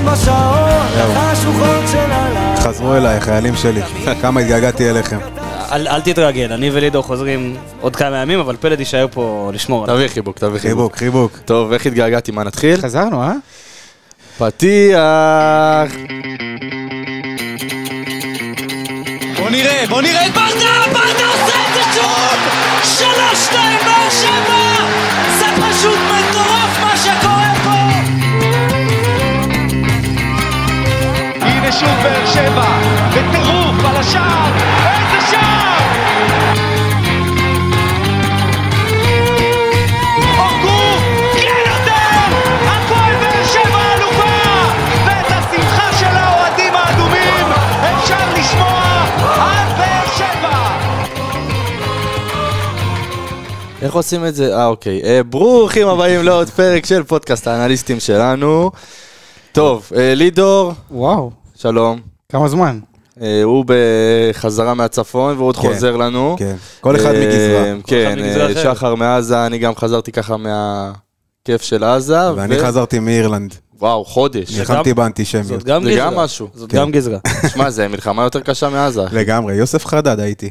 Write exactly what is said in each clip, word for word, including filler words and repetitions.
בשעות החשוכות של הלילה. חזרו אליי, חיילים שלי. כמה התגעגעתי אליכם. אל, אל תתרגל, אני ולידור חוזרים עוד כמה ימים, אבל פלד יישאר פה לשמור עליו. תביא חיבוק, תביא חיבוק. חיבוק, חיבוק. טוב, איך התגעגעתי? מה נתחיל? חזרנו, אה? פתיח. בוא נראה, בוא נראה את ברדה, ברדה עושה את זה שוב! שלוש, שתיים, באר שבע! זה פשוט מטורף מה שקורה פה! הנה שוב באר שבע, בטירוף על השער! איזה שער! אורגו, כן יותר! הפועל באר שבע אלופה! ואת השמחה של האוהדים האדומים אפשר לשמוע עד באר שבע! איך עושים את זה? אה, אוקיי. אה, ברוכים הבאים לעוד פרק של פודקאסט האנליסטים שלנו. טוב, אה, לידור. וואו. שלום. כמה זמן? אה, הוא בחזרה מהצפון והוא עוד כן, חוזר לנו. כן, כל אחד אה, מגזרה. כן, מגזרה אה, אחרת. שחר מעזה, אני גם חזרתי ככה מהכיף של עזה. ואני ו- חזרתי מאירלנד. וואו, חודש. נלחמתי זאת באנטישמיות. גם זה גזרה. גם משהו. זאת כן. גם גזרה. שמע, זה מלחמה יותר קשה מעזה. לגמרי, יוסף חדד הייתי.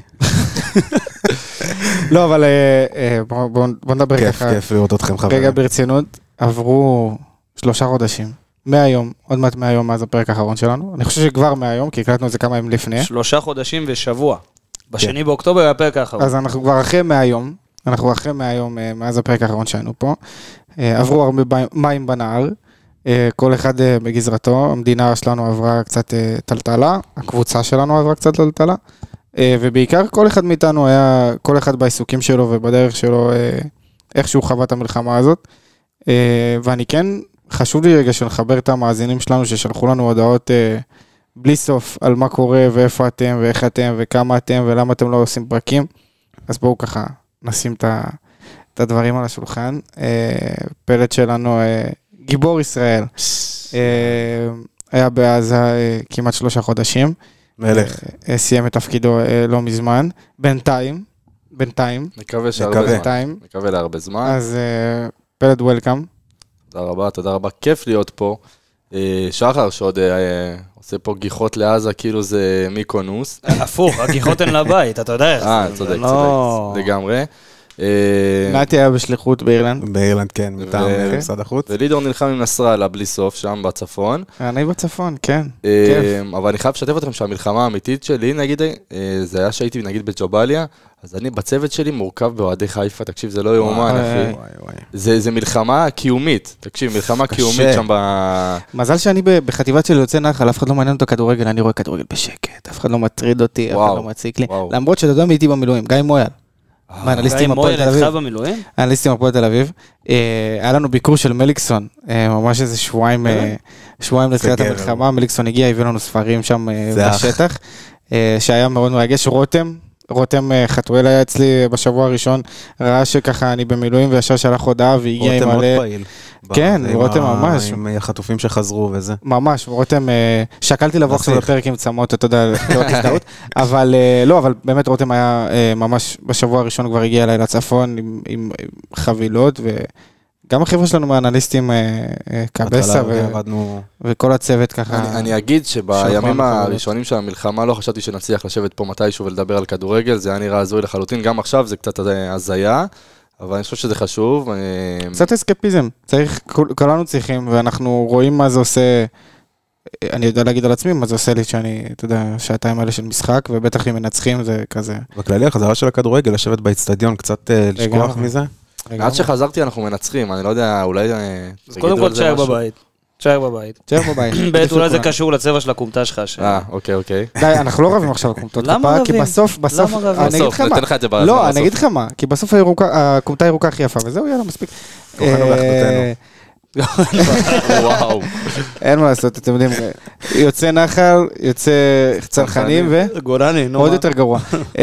לא, אבל אה, אה, בוא- בוא בוא נדבר כיף, ככה. כיף לראות אתכם חברים. רגע ברצינות, עברו שלושה חודשים. מהיום, עוד מעט מהיום מאז הפרק האחרון שלנו. אני חושב שכבר מהיום, כי הקלטנו את זה כמה ימים לפני. שלושה חודשים ושבוע. בשני באוקטובר היה הפרק האחרון. אז אנחנו כבר אחרי מהיום, אנחנו אחרי מהיום, אה, מאז הפרק האחרון שהיינו פה. אה, עברו הרבה בי- מים בנהר, אה, כל אחד אה, בגזרתו. המדינה שלנו עברה קצת אה, טלטלה, הקבוצה שלנו עברה קצת טלטלה, אה, ובעיקר כל אחד מאיתנו היה, כל אחד בעיסוקים שלו ובדרך שלו, אה, איך שהוא חווה את המלחמה הזאת. אה, ואני כן, חשוב לי רגע שנחבר את המאזינים שלנו ששלחו לנו הודעות אה, בלי סוף על מה קורה ואיפה אתם ואיך אתם וכמה אתם ולמה אתם לא עושים פרקים. אז בואו ככה נשים את ה- את הדברים על השולחן. אה, פלט שלנו, אה, גיבור ישראל, אה, היה בעזה אה, כמעט שלושה חודשים. מלך. אה, אה, סיים את תפקידו אה, לא מזמן. בינתיים, בינתיים, מקווה שהרבה מקווה. זמן. בינתיים. מקווה להרבה זמן. אז אה, פלט וולקאם. תודה רבה, תודה רבה, כיף להיות פה. אה, שחר שעוד אה, עושה פה גיחות לעזה, כאילו זה מיקונוס. הפוך, הגיחות הן לבית, אתה יודע איך זה. אה, זה צודק, לא- צודק, לגמרי. אה, נתי היה בשליחות באירלנד. באירלנד, כן, מטעם ו- אה, משרד החוץ. ולידור נלחם עם נסראללה בלי סוף, שם בצפון. אני בצפון, כן. אה, כיף. אבל אני חייב לשתף אתכם שהמלחמה האמיתית שלי, נגיד, אה, זה היה שהייתי נגיד בג'באליה, אז אני בצוות שלי מורכב באוהדי חיפה, תקשיב, זה לא יאומן, וואי, אחי. וואי, וואי. זה זה מלחמה קיומית, תקשיב, מלחמה קשה. קיומית שם ב... מזל שאני ב- בחטיבת של יוצא נחל, אף אחד לא מעניין אותו כדורגל, אני רואה כדורגל בשקט, אף אחד לא מטריד אותי, אף אחד וואו, לא מציק לי. וואו. למרות שאתה יודע מי איתי במילואים, גיא מויאל. מהאנליסטים גיא הפועל מויאל תל אביב. איתך במילואים? האנליסטים הפועל תל אביב. אה, היה לנו ביקור של מליקסון, אה, ממש איזה שבועיים, אה, שבועיים לתחילת גבר. המלחמה, מליקסון הגיע, הביא לנו ספרים שם אה, זה אח. בשטח, אה, שהיה מאוד מרגש. רותם, רותם אה, חתואל היה אצלי בשבוע הראשון, ראה שככה אני במילואים וישר שלח הודעה והגיע עם רותם מאוד מלא... פעיל. כן, עם רותם ה- ממש. עם החטופים שחזרו וזה. ממש, רותם, אה, שקלתי לבוא עכשיו נסיך. לפרק עם צמות, אתה יודע, לא הזדהות, אבל אה, לא, אבל באמת רותם היה אה, ממש בשבוע הראשון כבר הגיע אליי לצפון עם, עם עם חבילות, וגם החבר'ה שלנו מהאנליסטים, אה, אה, קבסה ו- עבדנו... וכל הצוות ככה. אני, אני אגיד שבימים שלחנו הראשונים של המלחמה לא חשבתי שנצליח לשבת פה מתישהו ולדבר על כדורגל, זה היה נראה הזוי לחלוטין, גם עכשיו זה קצת הזיה, אבל אני חושב שזה חשוב. אני- קצת אסקפיזם, צריך, כול- כולנו צריכים, ואנחנו רואים מה זה עושה, אני יודע להגיד על עצמי, מה זה עושה לי שאני, אתה יודע, שעתיים האלה של משחק, ובטח אם מנצחים זה כזה. בכללי החזרה של הכדורגל, לשבת באצטדיון, קצת אה, לשכוח לגמרי. מזה. מאז שחזרתי אנחנו מנצחים, אני לא יודע, אולי... אה, אז תגידו קודם על כל זה תשאר משהו. בבית. תשאר בבית. תשאר בבית. בעת אולי זה קשור לצבע של הקומטה שלך. ש- אה, אוקיי, אוקיי. די, אנחנו לא רבים עכשיו על קומטות למה כפרה, כי רבים? בסוף, בסוף, למה רבים? אני אגיד בסוף, לך מה, ניתן לך את זה בזמן לא, אני בסוף. אגיד לך מה, כי בסוף הירוקה- הקומטה הירוקה הכי יפה, וזהו, יאללה, מספיק. כוחנו אה, באחדותנו. וואו. אין מה לעשות, אתם יודעים, יוצא נחל, יוצא צנחנים, גולני, נו. ועוד מה? יותר גרוע. אה,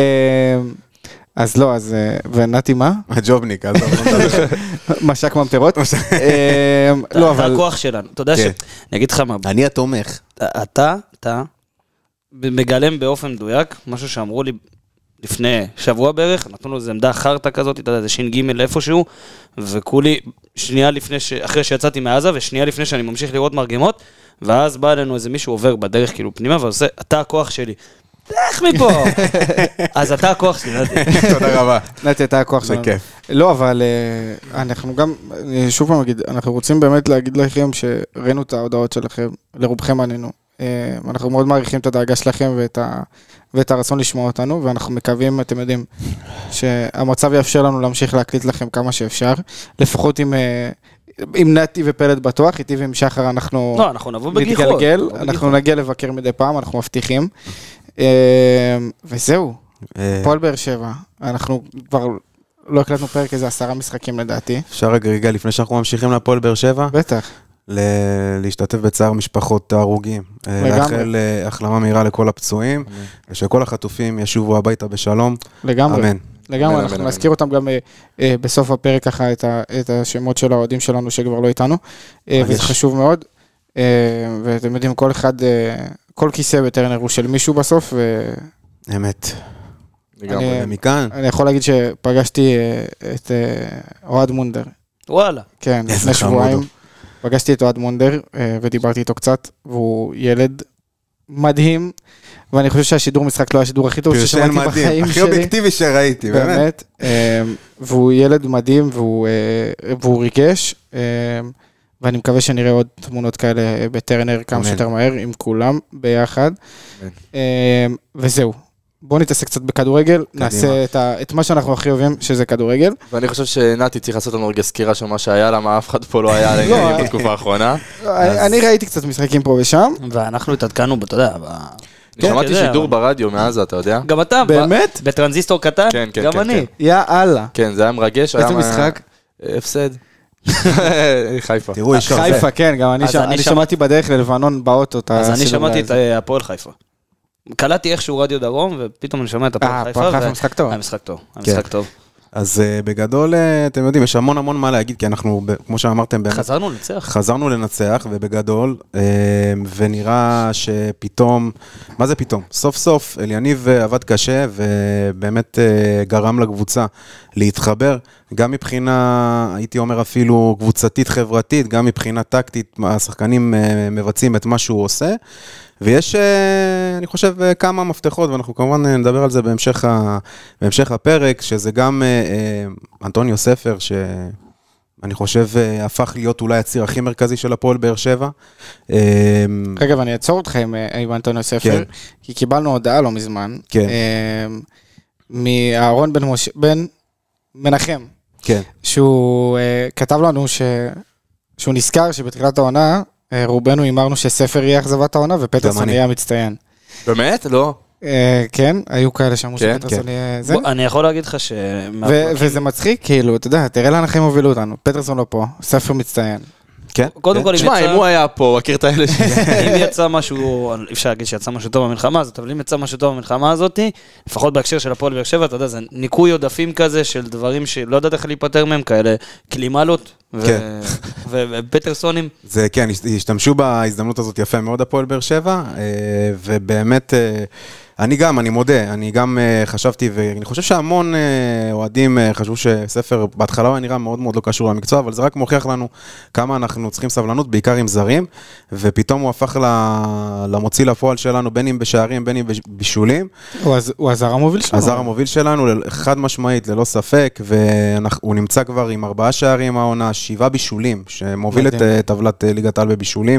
אז לא, אז, אה, ונתי מה? הג'ובניק, אז אנחנו נדבר. משק ממטרות. אה, אתה- לא, אתה אבל, הכוח שלנו. אתה יודע ש... כן. אני אגיד לך מה, אני התומך. אתה, אתה מגלם באופן מדויק, משהו שאמרו לי לפני שבוע בערך, נתנו לו איזה עמדה חרטה כזאת, אתה יודע, זה שין גימל איפשהו, וכולי, שנייה לפני, ש... אחרי שיצאתי מעזה, ושנייה לפני שאני ממשיך לראות מרגמות, ואז בא אלינו איזה מישהו עובר בדרך כאילו פנימה, ועושה, אתה הכוח שלי. לך מפה! אז אתה הכוח שלי, נתי. תודה רבה. נתי, אתה הכוח שלנו. זה כיף. לא, אבל אנחנו גם, שוב פעם אגיד, אנחנו רוצים באמת להגיד לכם שראינו את ההודעות שלכם, לרובכם ענינו. אנחנו מאוד מעריכים את הדאגה שלכם ואת, ה, ואת הרצון לשמוע אותנו, ואנחנו מקווים, אתם יודעים, שהמצב יאפשר לנו להמשיך להקליט לכם כמה שאפשר, לפחות עם, עם נתי ופלד בטוח, איתי ועם שחר אנחנו, לא, אנחנו נבוא בגיחות. נתגלגל, אנחנו נגיע לבקר מדי פעם, אנחנו מבטיחים. וזהו, פועל באר שבע, אנחנו כבר לא הקלטנו פרק איזה עשרה משחקים לדעתי. אפשר רגע לפני שאנחנו ממשיכים לפועל באר שבע? בטח. להשתתף בצער משפחות ההרוגים. לאחל החלמה מהירה לכל הפצועים, ושכל החטופים ישובו הביתה בשלום. לגמרי. אמן. לגמרי, אנחנו נזכיר אותם גם בסוף הפרק ככה, את השמות של האוהדים שלנו שכבר לא איתנו, וזה חשוב מאוד. ואתם יודעים, כל אחד, כל כיסא בטרנר הוא של מישהו בסוף, ו... אמת. אני, מכאן. אני יכול להגיד שפגשתי את אוהד מונדר. וואלה. כן, לפני שבועיים. פגשתי את אוהד מונדר, ודיברתי איתו קצת, והוא ילד מדהים, ואני חושב שהשידור משחק לא השידור הכי טוב ששמעתי בחיים שלי. הכי אובייקטיבי שראיתי, באמת. והוא ילד מדהים, והוא ריגש, ואני מקווה שנראה עוד תמונות כאלה בטרנר כמה שיותר מהר, עם כולם ביחד. וזהו. בואו נתעסק קצת בכדורגל, נעשה את מה שאנחנו הכי אוהבים, שזה כדורגל. ואני חושב שנתי צריך לעשות לנו רגע סקירה של מה שהיה, למה אף אחד פה לא היה עליהם בתקופה האחרונה. אני ראיתי קצת משחקים פה ושם. ואנחנו התעדכנו, אתה יודע, שמעתי שידור ברדיו מאז, אתה יודע? גם אתה, באמת? בטרנזיסטור קטן, גם אני. יא אללה. כן, זה היה מרגש. איזה משחק? הפסד. חיפה. תראו, יש חיפה, כן, גם אני שמעתי בדרך ללבנון באוטו. אז אני שמעתי את הפועל חיפה. קלטתי איכשהו רדיו דרום, ופתאום אני שומע את הפועל חיפה. הפועל חיפה משחק טוב. המשחק טוב, המשחק טוב. אז בגדול, אתם יודעים, יש המון המון מה להגיד, כי אנחנו, כמו שאמרתם, חזרנו לנצח. חזרנו לנצח, ובגדול, ונראה שפתאום, מה זה פתאום? סוף סוף, אליניב עבד קשה, ובאמת גרם לקבוצה להתחבר, גם מבחינה, הייתי אומר אפילו קבוצתית חברתית, גם מבחינה טקטית, השחקנים מבצעים את מה שהוא עושה, ויש, אני חושב, כמה מפתחות, ואנחנו כמובן נדבר על זה בהמשך, ה, בהמשך הפרק, שזה גם אנטוניו ספר, שאני חושב הפך להיות אולי הציר הכי מרכזי של הפועל באר שבע. רגע, ואני אעצור אותך עם, עם אנטוניו ספר, כן. כי קיבלנו הודעה לא מזמן, כן. מאהרון בן, מוש... בן מנחם, כן. שהוא כתב לנו ש... שהוא נזכר שבתחילת העונה, רובנו אמרנו שספר יהיה אכזבת העונה, ופטרסון יהיה המצטיין. באמת? לא. כן, היו כאלה שאמרו שפטרסון יהיה זה. אני יכול להגיד לך ש... וזה מצחיק, כאילו, אתה יודע, תראה לאן החיים הובילו אותנו. פטרסון לא פה, ספר מצטיין. כן. קודם כל, תשמע, אם הוא היה פה, מכיר את האלה ש... אם יצא משהו, אפשר להגיד שיצא משהו טוב במלחמה הזאת, אבל אם יצא משהו טוב במלחמה הזאת, לפחות בהקשר של הפועל באר שבע, אתה יודע, זה ניקוי עודפים כזה של דברים שלא יודעת איך להיפטר מהם, כאלה קלימלות ופטרסונים. זה כן, השתמשו בהזדמנות הזאת יפה מאוד הפועל באר שבע, ובאמת... אני גם, אני מודה, אני גם uh, חשבתי, ואני חושב שהמון uh, אוהדים uh, חשבו שספר, בהתחלה הוא נראה מאוד מאוד לא קשור למקצוע, אבל זה רק מוכיח לנו כמה אנחנו צריכים סבלנות, בעיקר עם זרים, ופתאום הוא הפך למוציא לפועל שלנו, בין אם בשערים, בין אם בבישולים. הוא, הז, הוא הזר המוביל שלנו. הזר המוביל שלנו, חד משמעית, ללא ספק, והוא נמצא כבר עם ארבעה שערים העונה, שבעה בישולים, שמוביל את uh, טבלת uh, ליגת העל בבישולים,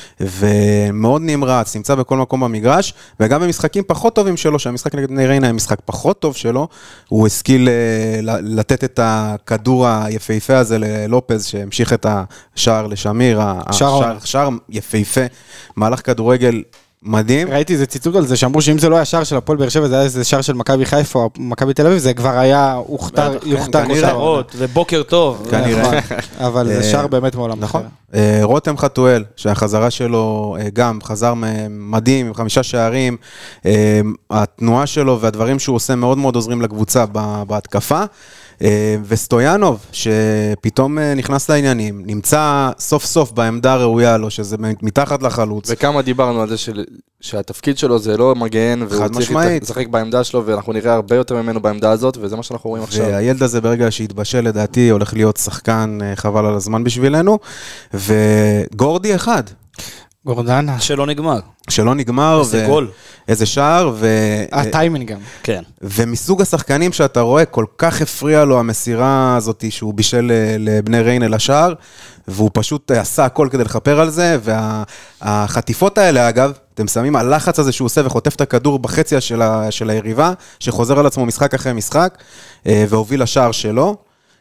ומאוד נמרץ, נמצא בכל מקום במגרש, וגם במשחקים פחות פחות טובים שלו, שהמשחק נגד בני ריינה היה משחק פחות טוב שלו, הוא השכיל לתת את הכדור היפהפה הזה ללופז, שהמשיך את השער לשמיר, השער יפהפה, מהלך כדורגל מדהים. ראיתי איזה ציטוט על זה, שאמרו שאם זה לא היה שער של הפועל באר שבע, זה היה איזה שער של מכבי חיפה או מכבי תל אביב, זה כבר היה הוכתר, יוכתר כותרות, ובוקר טוב. כנראה. אבל זה שער באמת מעולם. נכון. רותם חתואל, שהחזרה שלו גם חזר מדהים, עם חמישה שערים, התנועה שלו והדברים שהוא עושה מאוד מאוד עוזרים לקבוצה בהתקפה. וסטויאנוב, שפתאום נכנס לעניינים, נמצא סוף סוף בעמדה הראויה לו, שזה מתחת לחלוץ. וכמה דיברנו על זה של... שהתפקיד שלו זה לא מגן, והוא צריך לשחק בעמדה שלו, ואנחנו נראה הרבה יותר ממנו בעמדה הזאת, וזה מה שאנחנו רואים עכשיו. והילד הזה ברגע שהתבשל לדעתי, הולך להיות שחקן חבל על הזמן בשבילנו, וגורדי אחד. גורדנה. שלא נגמר. שלא נגמר. איזה גול. איזה שער. הטיימינג גם. כן. ומסוג השחקנים שאתה רואה, כל כך הפריע לו המסירה הזאת, שהוא בישל לבני ריינה לשער, והוא פשוט עשה הכל כדי לחפר על זה, והחטיפות האלה, אגב, אתם שמים הלחץ הזה שהוא עושה וחוטף את הכדור בחציה של, ה, של היריבה, שחוזר על עצמו משחק אחרי משחק, והוביל לשער שלו,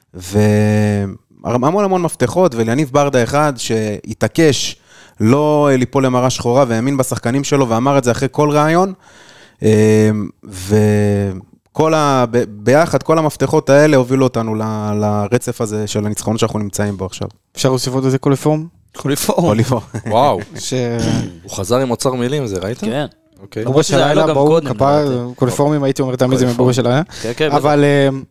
והמון המון מפתחות, וליניב ברדה אחד שהתעקש לא ליפול למראה שחורה, והאמין בשחקנים שלו, ואמר את זה אחרי כל רעיון, וכל ה... ביחד, כל המפתחות האלה הובילו אותנו ל... לרצף הזה של הניצחון שאנחנו נמצאים בו עכשיו. אפשר להוסיף עוד איזה קוליפורם? קוליפורם. קוליפורם. וואו. ש... הוא חזר עם אוצר מילים, זה ראית? כן. אוקיי. מבוא של לילה, בואו, כפה, קוליפורמים, הייתי אומר תמיד זה מבוא של לילה. אבל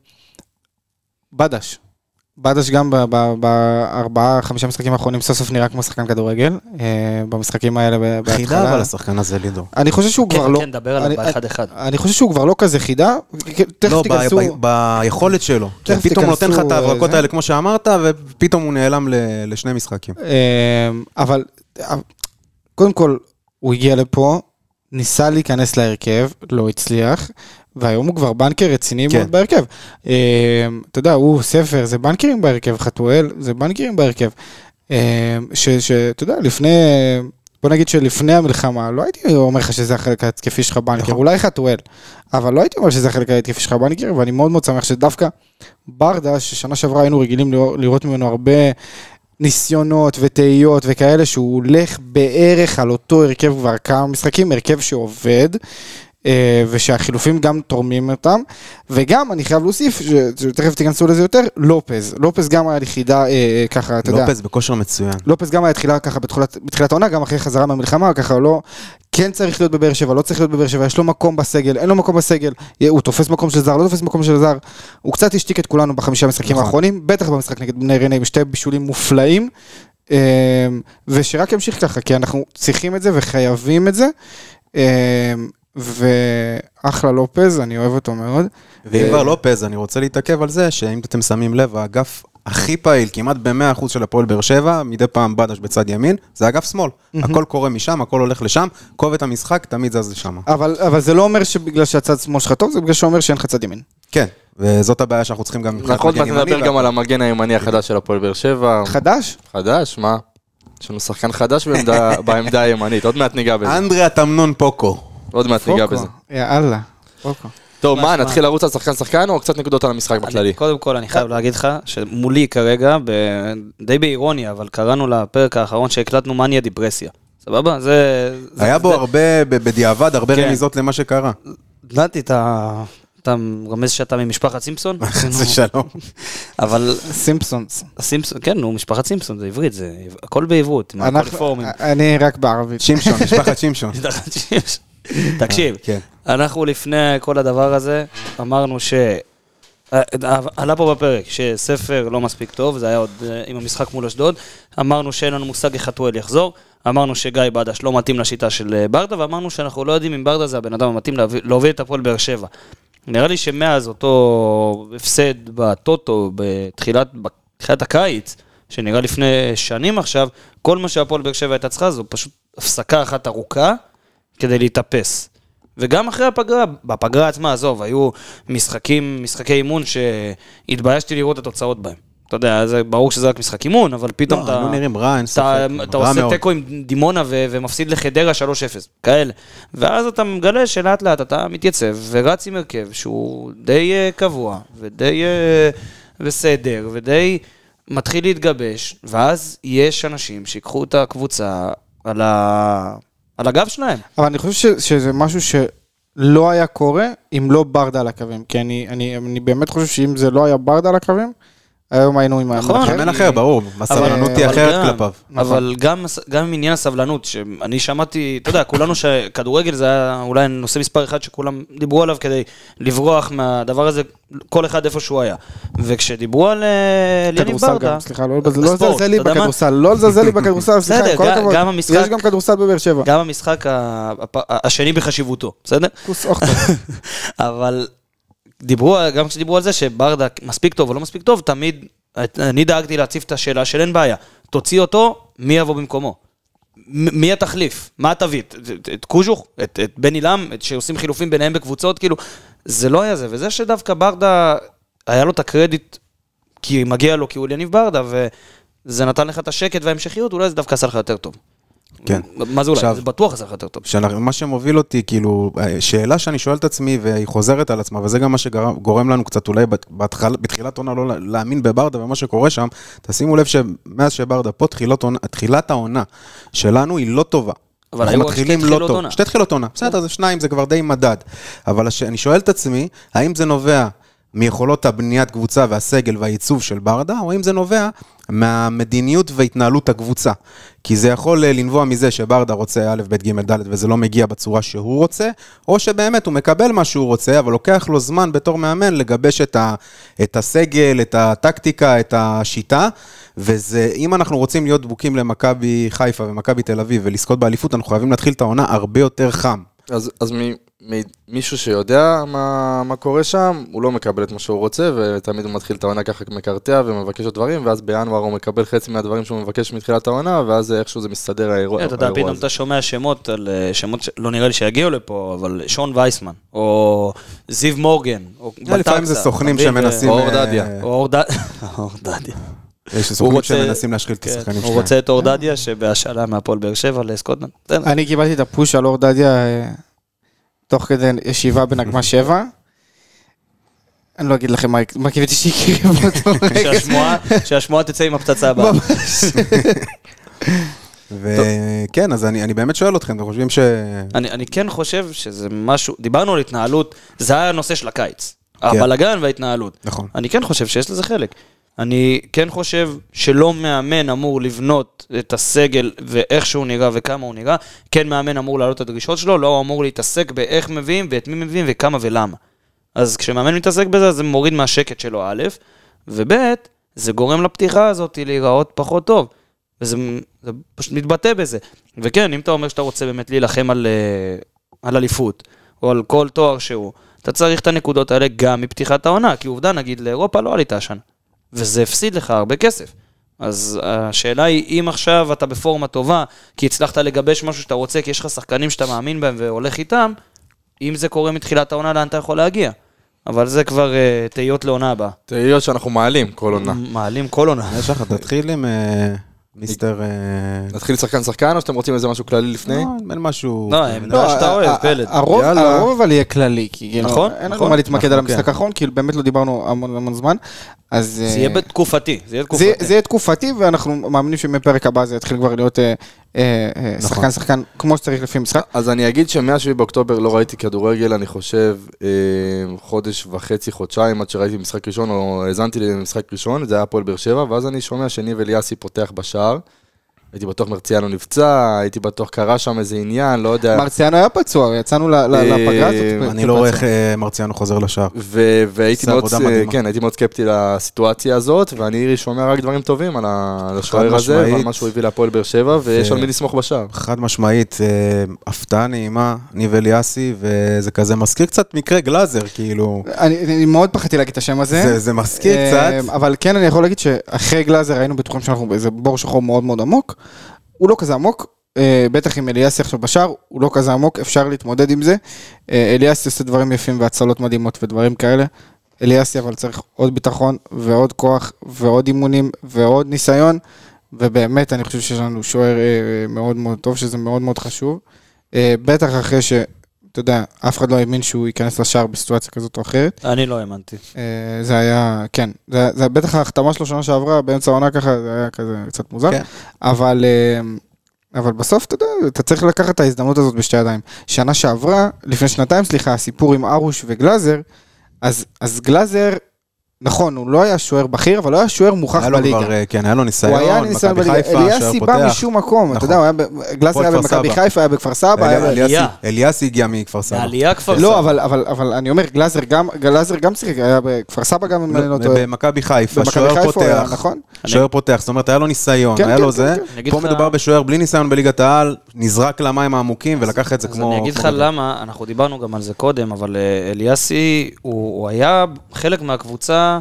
בדש. בדש גם בארבעה, חמישה משחקים האחרונים סוף סוף נראה כמו שחקן כדורגל, במשחקים האלה בהתחלה. חידה אבל השחקן הזה לידו. אני חושב שהוא כבר לא... כן, דבר עליו באחד אחד. אני חושב שהוא כבר לא כזה חידה. לא, ביכולת שלו. פתאום הוא נותן לך את ההברקות האלה כמו שאמרת, ופתאום הוא נעלם לשני משחקים. אבל קודם כל, הוא הגיע לפה, ניסה להיכנס להרכב, לא הצליח, והיום הוא כבר בנקר רציני מאוד בהרכב. אתה יודע, הוא ספר, זה בנקרים בהרכב, חתואל, זה בנקרים בהרכב. שאתה יודע, לפני, בוא נגיד שלפני המלחמה, לא הייתי אומר לך שזה החלק ההתקפי שלך בנקר, אולי חתואל, אבל לא הייתי אומר שזה החלק ההתקפי שלך בנקר, ואני מאוד מאוד שמח שדווקא ברדה, ששנה שעברה היינו רגילים לראות ממנו הרבה ניסיונות ותהיות וכאלה, שהוא הולך בערך על אותו הרכב כבר כמה משחקים, הרכב שעובד, ושהחילופים גם תורמים אותם, וגם אני חייב להוסיף, שתכף תיכנסו לזה יותר, לופז, לופז גם היה יחידה ככה, אתה יודע. לופז בכושר מצוין. לופז גם היה תחילה ככה בתחילת העונה, גם אחרי חזרה מהמלחמה, ככה לא, כן צריך להיות בבאר שבע, לא צריך להיות בבאר שבע, יש לו מקום בסגל, אין לו מקום בסגל, הוא תופס מקום של זר, לא תופס מקום של זר, הוא קצת השתיק את כולנו בחמישה משחקים האחרונים, בטח במשחק נגד בני ריינה, עם שתי בישולים מופלאים, ושרק ימשיך ככה, כי אנחנו צריכים את זה וחייבים את זה, ואחלה לופז, אני אוהב אותו מאוד. ואם כבר לופז, אני רוצה להתעכב על זה, שאם אתם שמים לב, האגף הכי פעיל, כמעט ב-מאה אחוז של הפועל באר שבע, מדי פעם בדש בצד ימין, זה אגף שמאל. הכל קורה משם, הכל הולך לשם, כובד המשחק תמיד זז לשם. אבל זה לא אומר שבגלל שהצד שמאל שלך טוב, זה בגלל שאומר שאין לך צד ימין. כן, וזאת הבעיה שאנחנו צריכים גם... נכון, נדבר גם על המגן הימני החדש של הפועל באר שבע. חדש? חדש, מה? יש לנו שחקן חדש בעמדה הימנית, עוד מעט ניגע בזה. אנדריה תמנון פוקו. עוד מעט ניגע בזה. יאללה, פוקו. טוב, מה, נתחיל לרוץ על שחקן שחקן או קצת נקודות על המשחק בכללי? קודם כל, אני חייב להגיד לך שמולי כרגע, די באירוניה, אבל קראנו לפרק האחרון שהקלטנו מניה דיפרסיה. סבבה? זה... היה בו הרבה, בדיעבד, הרבה רמיזות למה שקרה. דעתי, אתה רמז שאתה ממשפחת סימפסון? זה שלום. אבל... סימפסונס. סימפסון, כן, נו, משפחת סימפסון, זה עברית, זה הכל בעברות. אני רק בערבית. שימשון, משפחת שימשון. תקשיב, אנחנו לפני כל הדבר הזה, אמרנו ש... עלה פה בפרק שספר לא מספיק טוב, זה היה עוד עם המשחק מול אשדוד, אמרנו שאין לנו מושג איך חתואל יחזור, אמרנו שגיא בדש לא מתאים לשיטה של ברדה, ואמרנו שאנחנו לא יודעים אם ברדה זה הבן אדם המתאים להוביל את הפועל באר שבע. נראה לי שמאז אותו הפסד בטוטו, בתחילת, בתחילת הקיץ, שנראה לפני שנים עכשיו, כל מה שהפועל באר שבע הייתה צריכה, זו פשוט הפסקה אחת ארוכה, כדי להתאפס. וגם אחרי הפגרה, בפגרה עצמה, עזוב, היו משחקים, משחקי אימון שהתביישתי לראות את התוצאות בהם. אתה יודע, זה ברור שזה רק משחק אימון, אבל פתאום אתה... לא, היו נראים רע, אין ספק. אתה עושה טקו עם דימונה ומפסיד לחדרה שלוש אפס, כאלה. ואז אתה מגלה שלאט לאט אתה מתייצב ורץ עם הרכב שהוא די קבוע, ודי בסדר, ודי מתחיל להתגבש, ואז יש אנשים שיקחו את הקבוצה על ה... על הגב שלהם. אבל אני חושב שזה משהו שלא היה קורה אם לא ברדה על הקווים, כי אני, אני, אני באמת חושב שאם זה לא היה ברדה על הקווים, היום היינו עם מאמן נכון. אחר. מאמן אחר, ברור, הסבלנות היא אבל אחרת גם- כלפיו. אבל גם, גם עם עניין הסבלנות, שאני שמעתי, אתה יודע, כולנו שכדורגל זה היה אולי נושא מספר אחד שכולם דיברו עליו כדי לברוח מהדבר הזה, כל אחד איפה שהוא היה. וכשדיברו על יניב כדורסל ברדה, גם, סליחה, לא לא בספורט, לזלזל לי אתה יודע מה? בכדורסל, לא לזלזל לי בכדורסל, סליחה, בסדר, עם כל גם- הכבוד. גם המשחק- יש גם כדורסל בבאר שבע. גם המשחק ה- הפ- השני בחשיבותו, בסדר? כוס אוכטו. אבל דיברו, גם כשדיברו על זה שברדה מספיק טוב או לא מספיק טוב, תמיד, אני דאגתי להציף את השאלה של אין בעיה. תוציא אותו, מי יבוא במקומו? מ- מי התחליף? מה תביא? את, את, את קוז'וך? את, את בן אילם? את שעושים חילופים ביניהם בקבוצות? כאילו, זה לא היה זה. וזה שדווקא ברדה, היה לו את הקרדיט, כי מגיע לו, כי הוא יניב ברדה, וזה נתן לך את השקט וההמשכיות, אולי זה דווקא עשה לך יותר טוב. כן. מה זה אולי? עכשיו- זה בטוח עשה לך יותר טוב. שאנחנו- מה שמוביל אותי, כאילו, שאלה שאני שואל את עצמי, והיא חוזרת על עצמה, וזה גם מה שגורם לנו קצת אולי בהתחל, בתחילת עונה לא להאמין בברדה ומה שקורה שם, תשימו לב שמאז שברדה פה, תחילת עונה, תחילת העונה שלנו היא לא טובה. אבל אנחנו היו רק מתחילים שתי לא תחילות טוב. עונה. שתי תחילות עונה, בסדר, זה שניים, זה כבר די מדד. אבל הש- אני שואל את עצמי, האם זה נובע מיכולות הבניית קבוצה והסגל והייצוב של ברדה, או האם זה נובע מהמדיניות והתנהלות הקבוצה. כי זה יכול לנבוע מזה שברדה רוצה א', ב', ג', ד', וזה לא מגיע בצורה שהוא רוצה, או שבאמת הוא מקבל מה שהוא רוצה, אבל לוקח לו זמן בתור מאמן לגבש את, ה, את הסגל, את הטקטיקה, את השיטה, וזה, אם אנחנו רוצים להיות דבוקים למכבי חיפה ומכבי תל אביב ולזכות באליפות, אנחנו חייבים להתחיל את העונה הרבה יותר חם. אז, אז מ, מ, מישהו שיודע מה, מה קורה שם, הוא לא מקבל את מה שהוא רוצה, ותמיד הוא מתחיל את העונה ככה מקרטע ומבקש עוד דברים, ואז בינואר הוא מקבל חצי מהדברים שהוא מבקש מתחילת העונה, ואז איכשהו זה מסתדר האירוע אתה יודע, פתאום הזה. אתה שומע שמות על שמות שלא נראה לי שיגיעו לפה, אבל שון וייסמן, או זיו מורגן, או לפעמים זה סוכנים אתה מבין? שמנסים... או אה, אורדדיה. או אורדדיה. אורדדיה. יש סוכנים רוצה- שמנסים להשחיל את כן, השחקנים הוא שלהם. רוצה את אורדדיה שבהשאלה מהפועל באר שבע לסקוטלנד. בסדר. אני קיבלתי את הפוש על אור דדיה אה, תוך כדי ישיבה בנגמה שבע. אני לא אגיד לכם מה- מה קיוויתי שיקריב אותו רגע. שהשמועה- שהשמועה תצא עם הפצצה הבאה. וכן, אז אני, אני באמת שואל אתכם, אתם חושבים ש... אני, אני כן חושב שזה משהו, דיברנו על התנהלות, זה היה הנושא של הקיץ, כן. הבלגן וההתנהלות. נכון. אני כן חושב שיש לזה חלק. אני כן חושב שלא מאמן אמור לבנות את הסגל ואיך שהוא נראה וכמה הוא נראה, כן מאמן אמור להעלות את הדרישות שלו, לא הוא אמור להתעסק באיך מביאים ואת מי מביאים וכמה ולמה. אז כשמאמן מתעסק בזה, זה מוריד מהשקט שלו א', וב', זה גורם לפתיחה הזאת להיראות פחות טוב. וזה זה פשוט מתבטא בזה. וכן, אם אתה אומר שאתה רוצה באמת להילחם על, אה, על אליפות, או על כל תואר שהוא, אתה צריך את הנקודות האלה גם מפתיחת העונה, כי עובדה, נגיד, לאירופה לא עלית השנה, וזה הפסיד לך הרבה כסף. אז השאלה היא, אם עכשיו אתה בפורמה טובה, כי הצלחת לגבש משהו שאתה רוצה, כי יש לך שחקנים שאתה מאמין בהם והולך איתם, אם זה קורה מתחילת העונה, לאן אתה יכול להגיע? אבל זה כבר אה, תהיות לעונה הבאה. תהיות שאנחנו מעלים כל עונה. מעלים כל עונה. יש לך, תתחיל עם אה, מיסטר... אה, נתחיל שחקן שחקן, או שאתם רוצים איזה משהו כללי לפני? לא, אין משהו... לא, עמדה שאתה אוהב, פלד. הרוב, יאללה. הרוב אבל יהיה כללי, כי כאילו, נכון, אין לנו נכון. מה להתמקד על אנחנו המשחק כן. האחרון, כי באמת לא דיברנו המון המון זמן, אז... זה אה, יהיה בתקופתי, זה יהיה זה, תקופתי. זה יהיה תקופתי, ואנחנו מאמינים שמפרק הבא זה יתחיל כבר להיות אה, אה, אה, נכון. שחקן שחקן כמו שצריך לפי משחק. אז אני אגיד שמאה-שבעה באוקטובר לא ראיתי כדורגל, אני חושב אה, חודש וחצי, חודשיים, עד שראיתי משחק ראשון, או האזנתי למשחק ראשון, זה היה הפועל באר שבע, ואז אני שומע שניב אליאסי פותח בשער, הייתי בטוח מרציאנו נפצע, הייתי בטוח קרה שם איזה עניין, לא יודע. מרציאנו היה פצוע, יצאנו ל- ל- לפגרה הזאת. אני לא רואה איך אה, מרציאנו חוזר לשער. ו- והייתי עושה מאוד, עבודה מדהימה. כן, הייתי מאוד סקפטי לסיטואציה הזאת, ואני שומע רק דברים טובים על ה- על השוער הזה, משמעית. ועל מה שהוא הביא להפועל באר שבע, ויש על מי לסמוך בשער. חד משמעית, אה, הפתעה נעימה, ניב אליאסי, וזה כזה מזכיר קצת מקרה גלאזר, כאילו, אני אני מאוד פחדתי להגיד את השם הזה. זה, זה מזכיר אה, קצת. אבל כן, אני יכול להגיד שאחרי גלאזר היינו בטוחים שאנחנו באיזה בור שחור מאוד מאוד עמוק. הוא לא כזה עמוק, אה, בטח עם אליאסי עכשיו בשער, הוא לא כזה עמוק, אפשר להתמודד עם זה. אה, אליאסי עושה דברים יפים והצלות מדהימות ודברים כאלה. אליאסי אבל צריך עוד ביטחון ועוד כוח ועוד אימונים ועוד ניסיון, ובאמת אני חושב שיש לנו שוער אה, מאוד מאוד טוב, שזה מאוד מאוד חשוב. אה, בטח אחרי ש... אתה יודע, אף אחד לא האמין שהוא ייכנס לשער בסיטואציה כזאת או אחרת. אני לא האמנתי. אה, זה היה, כן, זה, זה בטח ההחתמה שלו שנה שעברה, באמצע העונה ככה, זה היה כזה קצת מוזר, כן. אבל, אה, אבל בסוף, אתה יודע, אתה צריך לקחת את ההזדמנות הזאת בשתי ידיים. שנה שעברה, לפני שנתיים, סליחה, הסיפור עם ארוש וגלאזר, אז, אז גלאזר נכון, הוא לא היה שוער בכיר, אבל לא היה שוער מוכח היה לו בליגה. כבר, כן, היה לו ניסיון, הוא היה ניסיון מכבי בליגה. חיפה, שוער אליאסי פותח. בא משום מקום, אתה יודע, הוא היה ב- גלאזר היה כפר במכבי סבא. חיפה, היה בכפר סבא, היה ב- עלייה. אליאסי הגיע מכפר סבא. העלייה כפר סבא. לא, אבל, אבל, אבל אני אומר, גלאזר גם, גלאזר גם צריך, היה בכפר סבא גם, אם אני לא טועה. במכבי חיפה, במכבי שוער חיפה הוא היה, פותח, נכון? שוער פותח, זאת אומרת, היה לו ניסיון, כן, היה כן, לו כן, זה, כן. אני אגיד פה לך- מדובר בשוער בלי ניסיון בליגת העל, נזרק למים העמוקים ולקח את זה אז כמו... אני אגיד לך כמו- למה, אנחנו דיברנו גם על זה קודם, אבל אה, אליאסי, הוא, הוא היה חלק מהקבוצה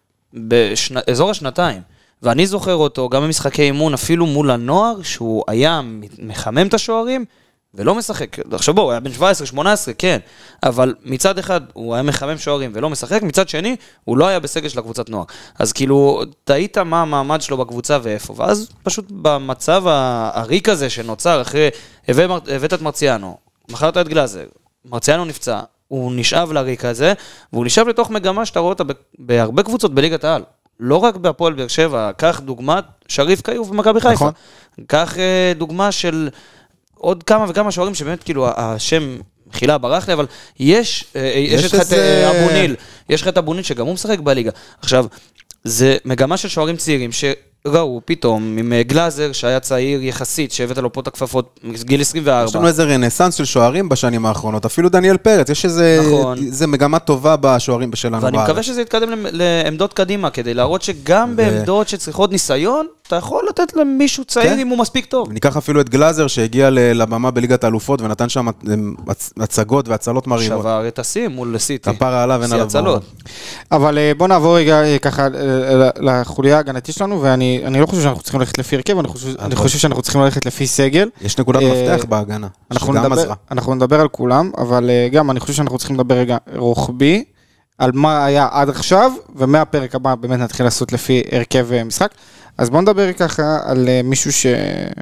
באזור השנתיים. ואני זוכר אותו גם במשחקי אימון, אפילו מול הנוער, שהוא היה מחמם את השוערים, ולא משחק. עכשיו בואו, הוא היה בן שבע עשרה שמונה עשרה, כן, אבל מצד אחד הוא היה מחמם שוערים ולא משחק, מצד שני הוא לא היה בסגל של הקבוצת נוער. אז כאילו, תהית מה המעמד שלו בקבוצה ואיפה, ואז פשוט במצב הריק הזה שנוצר אחרי, הבאת את מרציאנו, מחרת את גלאזר, מרציאנו נפצע, הוא נשאב לריק הזה, והוא נשאב לתוך מגמה שאתה רואה אותה בהרבה קבוצות בליגת העל. לא רק בהפועל באר שבע, קח דוגמת שריף קיוף במכבי חיפה. נכון. קח דוגמה של עוד כמה וכמה שוערים שבאמת כאילו השם מחילה ברח לי, אבל יש, יש את איזה- אבו ניל, יש לך את אבו ניל שגם הוא משחק בליגה. עכשיו, זה מגמה של שוערים צעירים שראו פתאום עם גלאזר שהיה צעיר יחסית, שהבאת לו פה את הכפפות מגיל עשרים וארבע. יש לנו איזה רנסנס של שוערים בשנים האחרונות, אפילו דניאל פרץ, יש איזה נכון. איזה מגמה טובה בשוערים שלנו ואני בארץ. מקווה שזה יתקדם למ- לעמדות קדימה, כדי להראות שגם ו- בעמדות שצריכות ניסיון, אתה יכול לתת למישהו צעיר כן. אם הוא מספיק טוב. ניקח אפילו את גלאזר שהגיע ל- לבמה בליגת האלופות ונתן שם הצ- הצגות והצלות מרהיבות. שבר את השיא מול סיטי. כפרה עליו, אין שיא עליו הצלות. אבל אה, בוא נעבור רגע אה, ככה אה, לחוליה ההגנתית שלנו, ואני אני לא חושב שאנחנו צריכים ללכת לפי הרכב, אני חושב, אני חושב שאנחנו צריכים ללכת לפי סגל. יש נקודת אה, מפתח בהגנה, אנחנו שגם נדבר, עזרה. אנחנו נדבר על כולם, אבל אה, גם אני חושב שאנחנו צריכים לדבר רגע רוחבי, על מה היה עד עכשיו, ומהפרק הבא באמת נתחיל לעשות לפי הרכב אה, משחק. אז בוא נדבר ככה על אה, מישהו ש...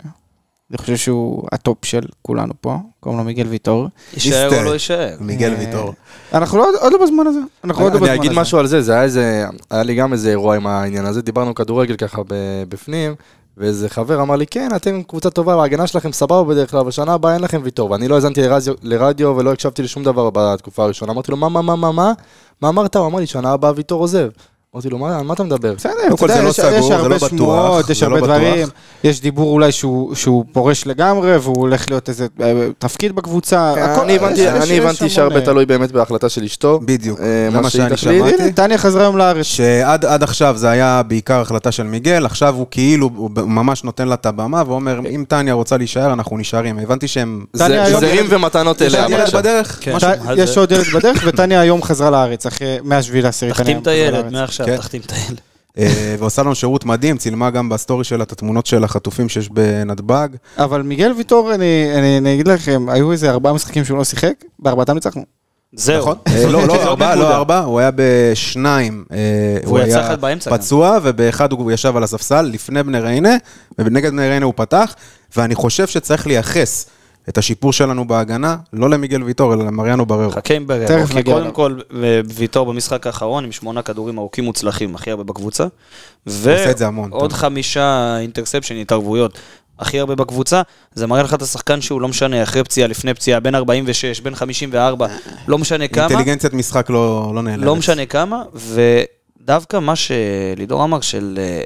אני חושב שהוא הטופ של כולנו פה, קוראים לו מיגל ויטור. יישאר מיסטר. או לא יישאר. מיגל אה, ויטור. אנחנו לא, עוד לא בזמן הזה. אנחנו עוד לא בזמן אני הזה. אגיד משהו על זה, זה היה איזה, היה לי גם איזה אירוע עם העניין הזה, דיברנו כדורגל ככה ב- בפנים, ואיזה חבר אמר לי, כן, אתם קבוצה טובה, ההגנה שלכם סבבה בדרך כלל, בשנה הבאה אין לכם ויטור, ואני לא האזנתי לרדיו, לרדיו ולא הקשבתי לשום דבר בתקופה הראשונה, אמרתי לו, מה, מה, מה, מה, מה, מה אמרת? הוא אמר לי, שנה הבאה ויטור עוזב. אמרתי לו, מה, על מה אתה מדבר? בסדר, קודם כל אתה יודע, זה לא יש- סגור, יש זה הרבה לא בטוח, שמועות, יש זה לא הרבה בטוח. דברים, יש דיבור אולי שהוא שהוא פורש לגמרי, והוא הולך להיות איזה אה, תפקיד בקבוצה. הכל- אני הבנתי, יש- אני יש הבנתי המון, שהרבה אה, תלוי באמת בהחלטה של אשתו. בדיוק, אה, זה מה מה שהיא שאני תחליט. שמעתי. הנה, טניה חזרה היום לארץ. שעד עד עכשיו זה היה בעיקר החלטה של מיגל, עכשיו הוא כאילו, הוא ממש נותן לה את הבמה, ואומר, אם טניה רוצה להישאר, אנחנו נשארים. הבנתי שהם... זה- טניה היום- זרים ומתנות יש אליה. עוד ילד עכשיו. בדרך? כן. משהו? על יש זה. עוד ילד בדרך, וטניה היום חזרה לארץ, אחרי מהשביעי לעשירי. טניה תחתים היום את חזרה הילד לארץ. מעכשיו, כן. תחתים את הילד. אה, ועושה לנו שירות מדהים, צילמה גם בסטורי שלה את התמונות של החטופים שיש בנתב"ג. אבל מיגל ויטור, אני- אני אני אגיד לכם, היו איזה ארבעה משחקים שהוא לא שיחק, בארבעתם ניצחנו. זהו. נכון? אה, לא, לא, זאת ארבעה, נקודה. לא ארבע, הוא היה בשניים. אה, והוא יצא היה אחד באמצע גם. פצוע, ובאחד הוא ישב על הספסל, לפני בני ריינה, ובנגד בני ריינה הוא פתח, ואני חושב שצריך לייחס את השיפור שלנו בהגנה, לא למיגל ויטור, אלא למריאנו בררו. חכה עם בררו. תכף כי נגיע קודם אליו. כל, ויטור במשחק האחרון, עם שמונה כדורים ארוכים מוצלחים, הכי הרבה בקבוצה. עושה את זה המון, ועוד טוב. חמישה אינטרספשן, התערבויות. הכי הרבה בקבוצה, זה מראה לך את השחקן שהוא לא משנה, אחרי פציעה, לפני פציעה, בין ארבעים ושש, בין חמישים וארבע, לא משנה כמה. אינטליגנציית משחק לא לא נעלמת. לא משנה כמה, ודווקא מה שלידור אמר של אה,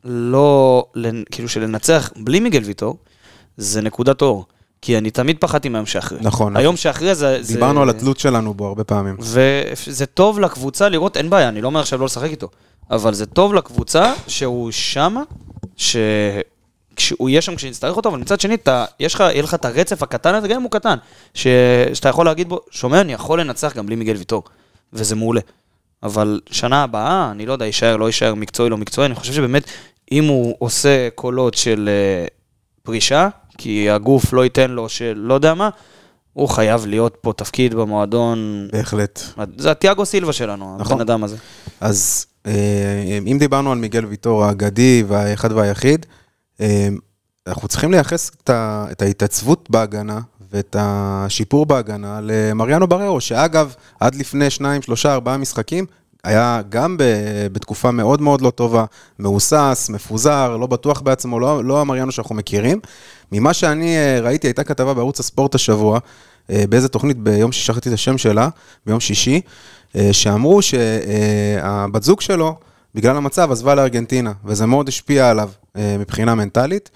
לא, לנ- כאילו של לנצח בלי מיגל ויטור, זה נקודת אור. כי אני תמיד פחדתי מהיום שאחרי. נכון. היום שאחרי זה... זה- דיברנו על התלות שלנו בו הרבה פעמים. וזה טוב לקבוצה לראות, אין בעיה, אני לא אומר עכשיו לא לשחק איתו, אבל זה טוב לקבוצה שהוא שמה, ש... כשהוא יהיה שם כשנצטרך אותו, אבל מצד שני, אתה, יש לך, יהיה לך את הרצף הקטן הזה, גם אם הוא קטן, ש... שאתה יכול להגיד בו, שומע, אני יכול לנצח גם בלי מיגל ויטור, וזה מעולה. אבל שנה הבאה, אני לא יודע, יישאר, לא יישאר, מקצועי, לא מקצועי, אני חושב שבאמת, אם הוא עושה קולות של uh, פרישה, כי הגוף לא ייתן לו של לא יודע מה, הוא חייב להיות פה תפקיד במועדון, בהחלט. זה התיאגו סילבה שלנו, נכון. הבן אדם הזה. אז אה, אם דיברנו על מיגל ויטור האגדי והאחד והיחיד, אה, אנחנו צריכים לייחס את ה- את ההתעצבות בהגנה ואת השיפור בהגנה למריאנו בררו, שאגב, עד לפני שניים, שלושה, ארבעה משחקים, היה גם ב- בתקופה מאוד מאוד לא טובה, מאוסס, מפוזר, לא בטוח בעצמו, לא, לא המריאנו שאנחנו מכירים. ממה שאני אה, ראיתי, הייתה כתבה בערוץ הספורט השבוע, אה, באיזה תוכנית ביום ששכחתי את השם שלה, ביום שישי, שאמרו שהבת זוג שלו, בגלל המצב, עזבה לארגנטינה, וזה מאוד השפיע עליו מבחינה מנטלית,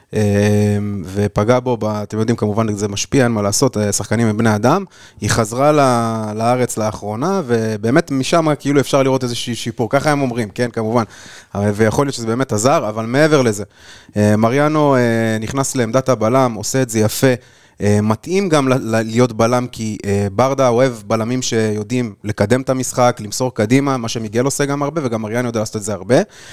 ופגע בו, אתם יודעים כמובן זה משפיע, אין מה לעשות, שחקנים הם בני אדם, היא חזרה לארץ לאחרונה, ובאמת משם כאילו אפשר לראות איזשהו שיפור, ככה הם אומרים, כן, כמובן, ויכול להיות שזה באמת עזר, אבל מעבר לזה, מריאנו נכנס לעמדת הבלם, עושה את זה יפה, מתאים גם להיות בלם, כי ברדה אוהב בלמים שיודעים לקדם את המשחק, למסור קדימה, מה שמיגל עושה גם הרבה, וגם מריאנו יודע לעשות את זה הרבה,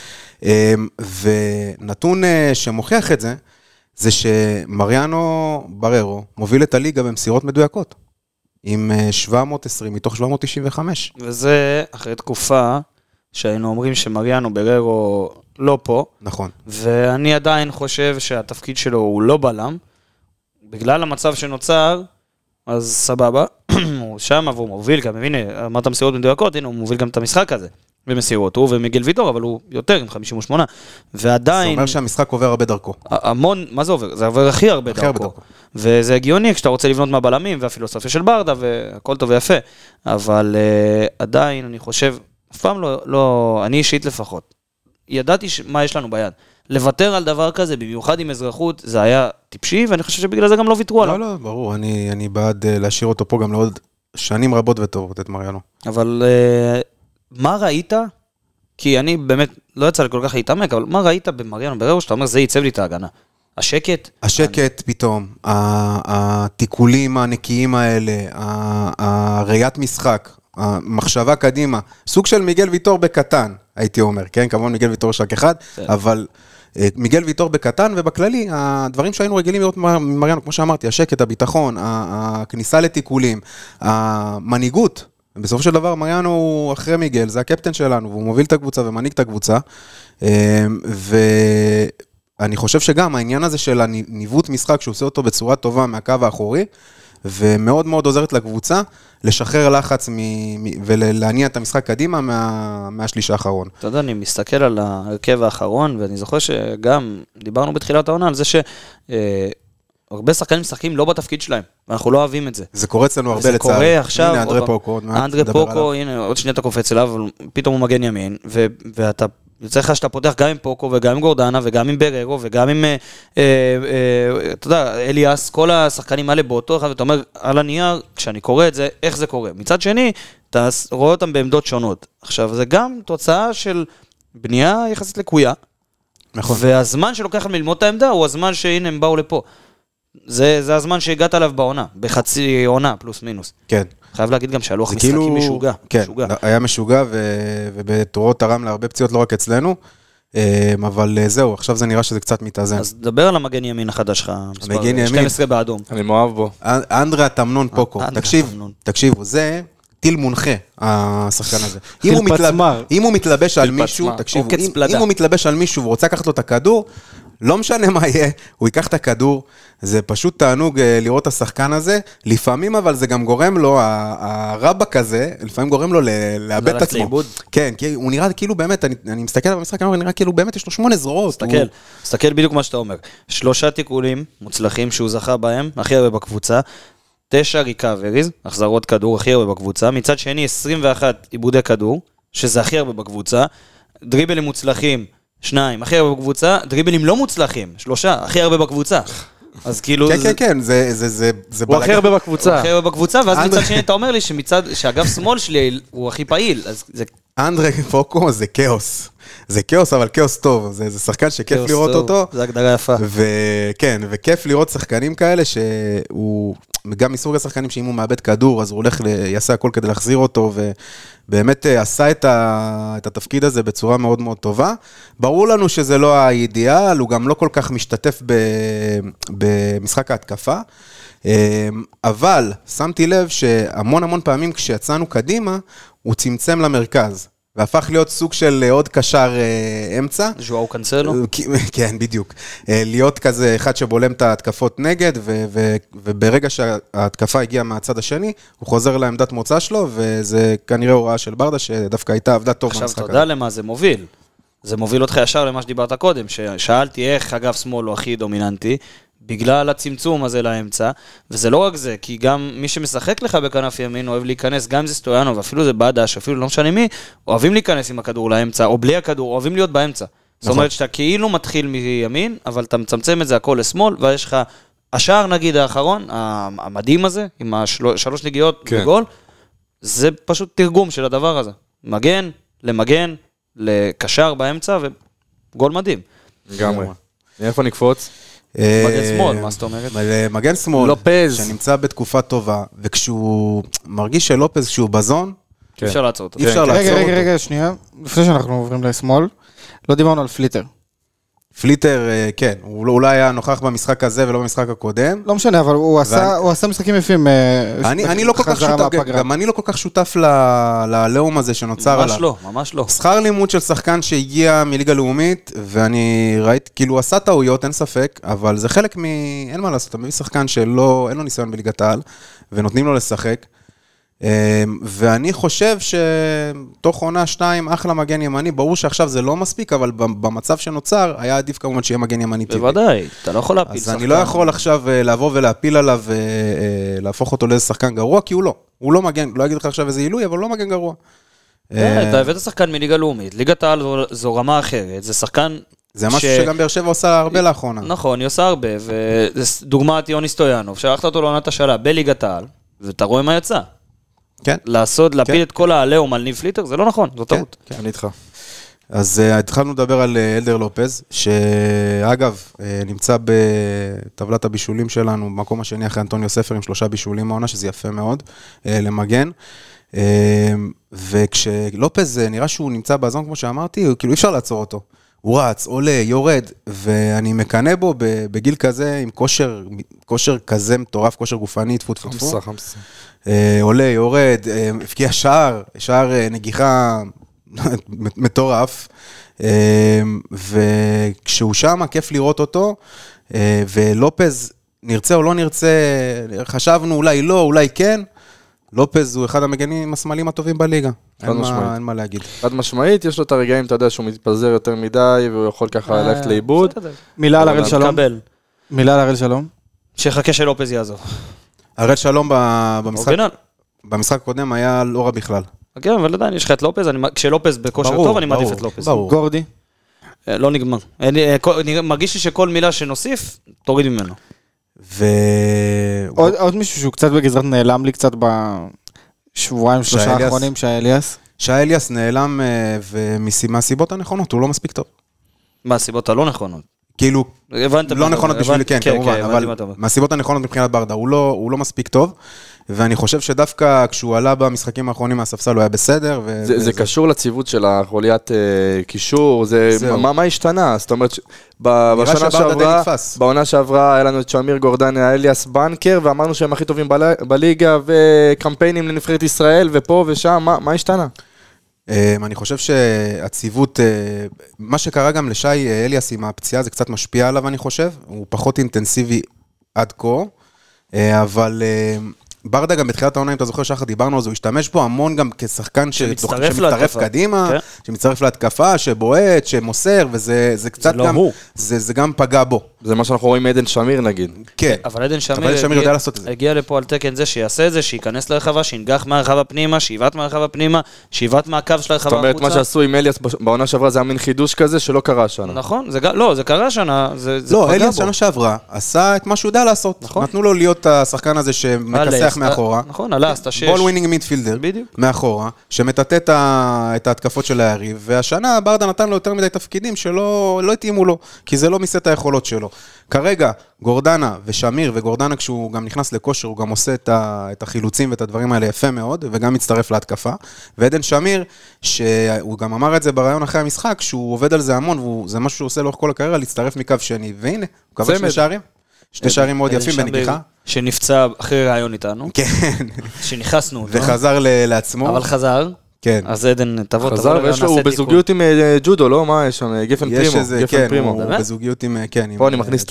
ונתון שמוכיח את זה, זה שמריאנו בררו מוביל את הליגה במסירות מדויקות, עם שבע מאות ועשרים מתוך שבע מאות תשעים וחמש. וזה אחרי תקופה שהיינו אומרים שמריאנו בררו לא פה. נכון. ואני עדיין חושב שהתפקיד שלו הוא לא בלם, בגלל המצב שנוצר, אז סבבה, הוא שם והוא מוביל גם, הנה, אמרת מסירות מדויקות, הנה הוא מוביל גם את המשחק הזה. במסירות, הוא ומיגל ויטור, אבל הוא יותר עם חמישים ושמונה, ועדיין... זה אומר שהמשחק עובר הרבה דרכו. המון, מה זה עובר? זה עובר הכי הרבה דרכו. וזה הגיוני, כשאתה רוצה לבנות מהבלמים, והפילוסופיה של ברדה, והכל טוב ויפה, אבל עדיין, אני חושב, אף פעם לא, לא, אני אישית לפחות, ידעתי מה יש לנו ביד. לוותר על דבר כזה, במיוחד עם אזרחות, זה היה טיפשי, ואני חושב שבגלל זה גם לא ויתרו עליו. לא, לא, ברור, אני, אני בעד להשאיר אותו פה גם לעוד שנים רבות וטובות, את מריאנו. אבל... מה ראית? כי אני באמת לא יצא לי כל כך להתעמק, אבל מה ראית במריאנו בררו שאתה אומר, זה ייצב לי את ההגנה? השקט? השקט פתאום, התיקולים הנקיים האלה, הראיית משחק, המחשבה קדימה, סוג של מיגל ויטור בקטן, הייתי אומר, כן? כמובן מיגל ויטור שק אחד, אבל מיגל ויטור בקטן, ובכללי, הדברים שהיינו רגילים לראות ממריאנו, כמו שאמרתי, השקט, הביטחון, הכניסה לתיקולים, המנהיגות, בסופו של דבר, מריאנו הוא אחרי מיגל, זה הקפטן שלנו, והוא מוביל את הקבוצה ומנהיג את הקבוצה, ואני חושב שגם העניין הזה של הניווט משחק, שהוא עושה אותו בצורה טובה מהקו האחורי, ומאוד מאוד עוזרת לקבוצה, לשחרר לחץ ולהניע את המשחק קדימה מהשליש האחרון. אתה יודע, אני מסתכל על ההרכב האחרון, ואני זוכר שגם דיברנו בתחילת העונה על זה ש... הרבה שחקנים משחקים לא בתפקיד שלהם, ואנחנו לא אוהבים את זה. זה קורה אצלנו הרבה לצער. זה קורה עכשיו. הנה, אנדרי פוקו, עוד מעט. אנדרי פוקו, הנה, עוד שנייה אתה קופץ אליו, אבל פתאום הוא מגן ימין, ואתה, יוצא לך שאתה פותח גם עם פוקו, וגם עם גורדנה, וגם עם בררו, וגם עם, אתה יודע, אליאס, כל השחקנים האלה באותו אחד, ואתה אומר, על הנייר, כשאני קורא את זה, איך זה קורה? מצד שני, אתה רואה אותם בעמדות שונות. עכשיו, זה גם תוצאה של בנייה יחסית לקויה, והזמן שלוקח ללמוד את העמדה, הוא הזמן שהנה הם באו לפה. זה, זה הזמן שהגעת עליו בעונה, בחצי עונה, פלוס מינוס. כן. חייב להגיד גם שהלוח משחקים כאילו, משוגע. כן, משוגע. היה משוגע, ו... ובתורות תרם להרבה פציעות לא רק אצלנו, אבל זהו, עכשיו זה נראה שזה קצת מתאזן. אז דבר על המגן ימין החדש שלך, מספר שתים עשרה באדום. אני מאוהב בו. אנדרה תמנון פוקו, תקשיב, תקשיבו, זה טיל מונחה, השחקן הזה. אם הוא מתלבש על מישהו, תקשיבו, אם הוא מתלבש על מישהו ורוצה לקחת לו את הכדור, לא משנה מה יהיה, הוא ייקח את הכדור, זה פשוט תענוג לראות את השחקן הזה, לפעמים אבל זה גם גורם לו, הרבק הזה, לפעמים גורם לו לאבד את עצמו. כן, כי הוא נראה כאילו באמת, אני מסתכל על המשחק, אני נראה כאילו באמת יש לו שמונה זרועות. תסתכל, תסתכל בדיוק מה שאתה אומר. שלושה תיקולים מוצלחים שהוא זכה בהם, הכי הרבה בקבוצה, תשע ריקאבריז, החזרות כדור הכי הרבה בקבוצה, מצד שני עשרים ואחת עיבודי כדור, שזה הכי הרבה בקבוצה, דריבלים מוצלחים, שניים, הכי הרבה בקבוצה, דריבלים לא מוצלחים, שלושה, הכי הרבה בקבוצה. אז כאילו... כן, כן, כן, זה, זה, זה, זה... הוא הכי הרבה בקבוצה. הוא הכי הרבה בקבוצה, ואז מצד שני אתה אומר לי שמצד, שאגב שמאל שלי הוא הכי פעיל, אז זה... אנדרי פוקו זה כאוס. זה כאוס, אבל כאוס טוב. זה, זה שחקן שכיף לראות טוב. אותו. זה הגדרה יפה. וכן, וכיף לראות שחקנים כאלה שהוא... גם מסוג השחקנים שאם הוא מאבד כדור, אז הוא הולך, יעשה הכל כדי להחזיר אותו, ובאמת עשה את, ה, את התפקיד הזה בצורה מאוד מאוד טובה. ברור לנו שזה לא האידיאל, הוא גם לא כל כך משתתף ב, במשחק ההתקפה, אבל שמתי לב שהמון המון פעמים כשיצאנו קדימה, הוא צמצם למרכז. והפך להיות סוג של עוד קשר אמצע. ז'ואו קנסלו? כן, בדיוק. להיות כזה אחד שבולם את ההתקפות נגד, וברגע שההתקפה הגיעה מהצד השני, הוא חוזר לעמדת מוצא שלו, וזה כנראה הוראה של ברדה, שדווקא הייתה עבדה טוב במשחק הזה. עכשיו, אתה יודע למה זה מוביל. זה מוביל אותך ישר למה שדיברת קודם, ששאלתי איך אגף שמאל הוא הכי דומיננטי, בגלל הצמצום הזה לאמצע, וזה לא רק זה, כי גם מי שמשחק לך בכנף ימין אוהב להיכנס, גם אם זה סטויאנו, ואפילו זה בדש, אפילו לא משנה מי, אוהבים להיכנס עם הכדור לאמצע, או בלי הכדור, אוהבים להיות באמצע. זאת אומרת שאתה כאילו מתחיל מימין, אבל אתה מצמצם את זה הכל לשמאל, ויש לך, השער נגיד האחרון, המדהים הזה, עם השלוש נגיעות בגול, זה פשוט תרגום של הדבר הזה. מגן, למגן, לקשר באמצע, וגול מדהים. לגמרי. איפה נקפוץ? מגן שמאל, מה זאת אומרת? מגן שמאל, לופז. שנמצא בתקופה טובה, וכשהוא מרגיש שלופז, כשהוא בזון, אי אפשר לעצור אותו. אי אפשר רגע, לעצור רגע, אותו. רגע, שנייה, לפני שאנחנו עוברים לשמאל, לא דיברנו על פליטר. פליטר, כן, הוא אולי היה נוכח במשחק הזה ולא במשחק הקודם. לא משנה, אבל הוא עשה, הוא עשה משחקים יפים. אני, אני לא כל כך שותף, גם אני לא כל כך שותף ללאום הזה שנוצר עליו. ממש לא, ממש לא. שכר לימוד של שחקן שהגיע מליגה לאומית, ואני ראיתי, כאילו עשה טעויות, אין ספק, אבל זה חלק מ... אין מה לעשות, אתה מביא שחקן שלא, אין לו ניסיון בליגת העל, ונותנים לו לשחק. ואני חושב שתוך עונה שתיים אחלה מגן ימני, ברור שעכשיו זה לא מספיק, אבל במצב שנוצר היה עדיף כמובן שיהיה מגן ימני טבעי. בוודאי, אתה לא יכול להפיל אז שחקן. אני לא יכול עכשיו לבוא ולהפיל עליו ולהפוך אותו לאיזה שחקן גרוע, כי הוא לא. הוא לא מגן, לא אגיד לך עכשיו איזה עילוי, אבל הוא לא מגן גרוע. אתה הבאת שחקן מליגה לאומית, ליגת העל זו רמה אחרת, זה שחקן... זה משהו שגם באר שבע עושה הרבה לאחרונה. נכון, היא עושה הרבה, ודוגמת יוני סטויאנוב, שלחת אותו לעונת השאלה בליגת העל, ואתה רואה מה יצא. כן. לעשות, להפיל את כל העליהום על ניב פליטר, זה לא נכון, זו טעות. כן, אני איתך. אז התחלנו לדבר על אלדר לופז, שאגב, נמצא בטבלת הבישולים שלנו, במקום השני אחרי אנטוניו ספר עם שלושה בישולים העונה, שזה יפה מאוד, למגן. וכשלופז נראה שהוא נמצא באזון, כמו שאמרתי, כאילו אי אפשר לעצור אותו. הוא רץ, עולה, יורד, ואני מקנה בו בגיל כזה, עם כושר, כושר כזה מטורף, כושר גופני, תפו תפו תפו. חמסה, חמסה. עולה, יורד, הפקיע שער, שער נגיחה מטורף, וכשהוא שם, כיף לראות אותו, ולופז, נרצה או לא נרצה, חשבנו אולי לא, אולי כן, לופז הוא אחד המגנים השמאליים הטובים בליגה. אין מה, אין מה להגיד. חד משמעית, יש לו את הרגעים, אתה יודע שהוא מתפזר יותר מדי, והוא יכול ככה ללכת לאיבוד. מילה על הראל שלום. מילה על הראל שלום. שחכה שלופז יעזוב. הראל שלום במשחק, במשחק הקודם היה לא רע בכלל. כן, אבל עדיין יש לך את לופז, כשלופז בכושר טוב, אני מעדיף את לופז. גורדי? לא נגמר. מרגיש לי שכל מילה שנוסיף, תוריד ממנו. עוד מישהו שהוא קצת בגזרת נעלם לי קצת בשבועיים, שלושה האחרונים, שי אליאס. שי אליאס נעלם ומהסיבות הנכונות, הוא לא מספיק טוב. מה הסיבות הלא נכונות? כאילו, לא נכונות בשבילי, כן, כמובן, אבל מהסיבות הנכונות מבחינת ברדה, הוא לא מספיק טוב, ואני חושב שדווקא כשהוא עלה במשחקים האחרונים מהספסל, הוא היה בסדר. זה קשור לציוות של החוליית קישור, מה השתנה? זאת אומרת, בשנה שעברה, בעונה שעברה, היה לנו את שמיר גורדנה, אליאס בנקר, ואמרנו שהם הכי טובים בליגה, וקמפיינים לנבחרת ישראל, ופה ושם, מה השתנה? אני חושב שהציוות, מה שקרה גם לשי אליאס עם הפציעה, זה קצת משפיע עליו, אני חושב, הוא פחות אינטנסיבי עד כה, אבל ברדה גם בתחילת העונה, אם אתה זוכר שחר, דיברנו על זה, הוא השתמש בו המון גם כשחקן שמצטרף קדימה, שמצטרף להתקפה, שבועט, שמוסר, וזה קצת גם, זה גם פגע בו. זה מה שאנחנו רואים עדן שמיר נגיד. כן. אבל עדן שמיר הגיע לפה על תקן זה, שיעשה את זה, שייכנס לרחבה, שינגח מהרחבה פנימה, שיבט מהרחבה פנימה, שיבט מהקו של הרחבה החוצה. זאת אומרת, מה שעשו עם אליאס בעונה שעברה, זה היה מין חידוש כזה שלא קרה השנה. נכון, לא, זה קרה השנה, זה פגע בו. בו. לא, אליאס שנה שעברה, עשה את מה שהוא יודע לעשות. נתנו לו להיות השחקן הזה שמכסח מאחורה. נכון, עלה, עשתה שש. בול ווינינג מידפילדר, מאחורה, שמטאטא את ההתקפות של היריב, והשנה ברדה נתן לו יותר מדי תפקידים שלא התאימו לו, כי זה לא מיסה את היכולות שלו. כרגע, גורדנה ושמיר, וגורדנה כשהוא גם נכנס לכושר, הוא גם עושה את החילוצים ואת הדברים האלה יפה מאוד, וגם מצטרף להתקפה. ועדן שמיר, שהוא גם אמר את זה ברעיון אחרי המשחק, שהוא עובד על זה המון, וזה משהו שהוא עושה לאורך כל הקריירה, להצטרף מקו שני, והנה, הוא קבל שני שערים. שני שערים מאוד יפים בנגיחה. שנפצע אחרי רעיון איתנו. כן. שנכנסנו אותו. וחזר לעצמו. אבל חזר. כן. אז עדן, תבוא, תבוא. חזר, ויש לו, הוא בזוגיות עם ג'ודו, לא? מה יש שם? גפן פרימו. יש איזה, כן, הוא בזוגיות עם, כן. פה אני מכניס את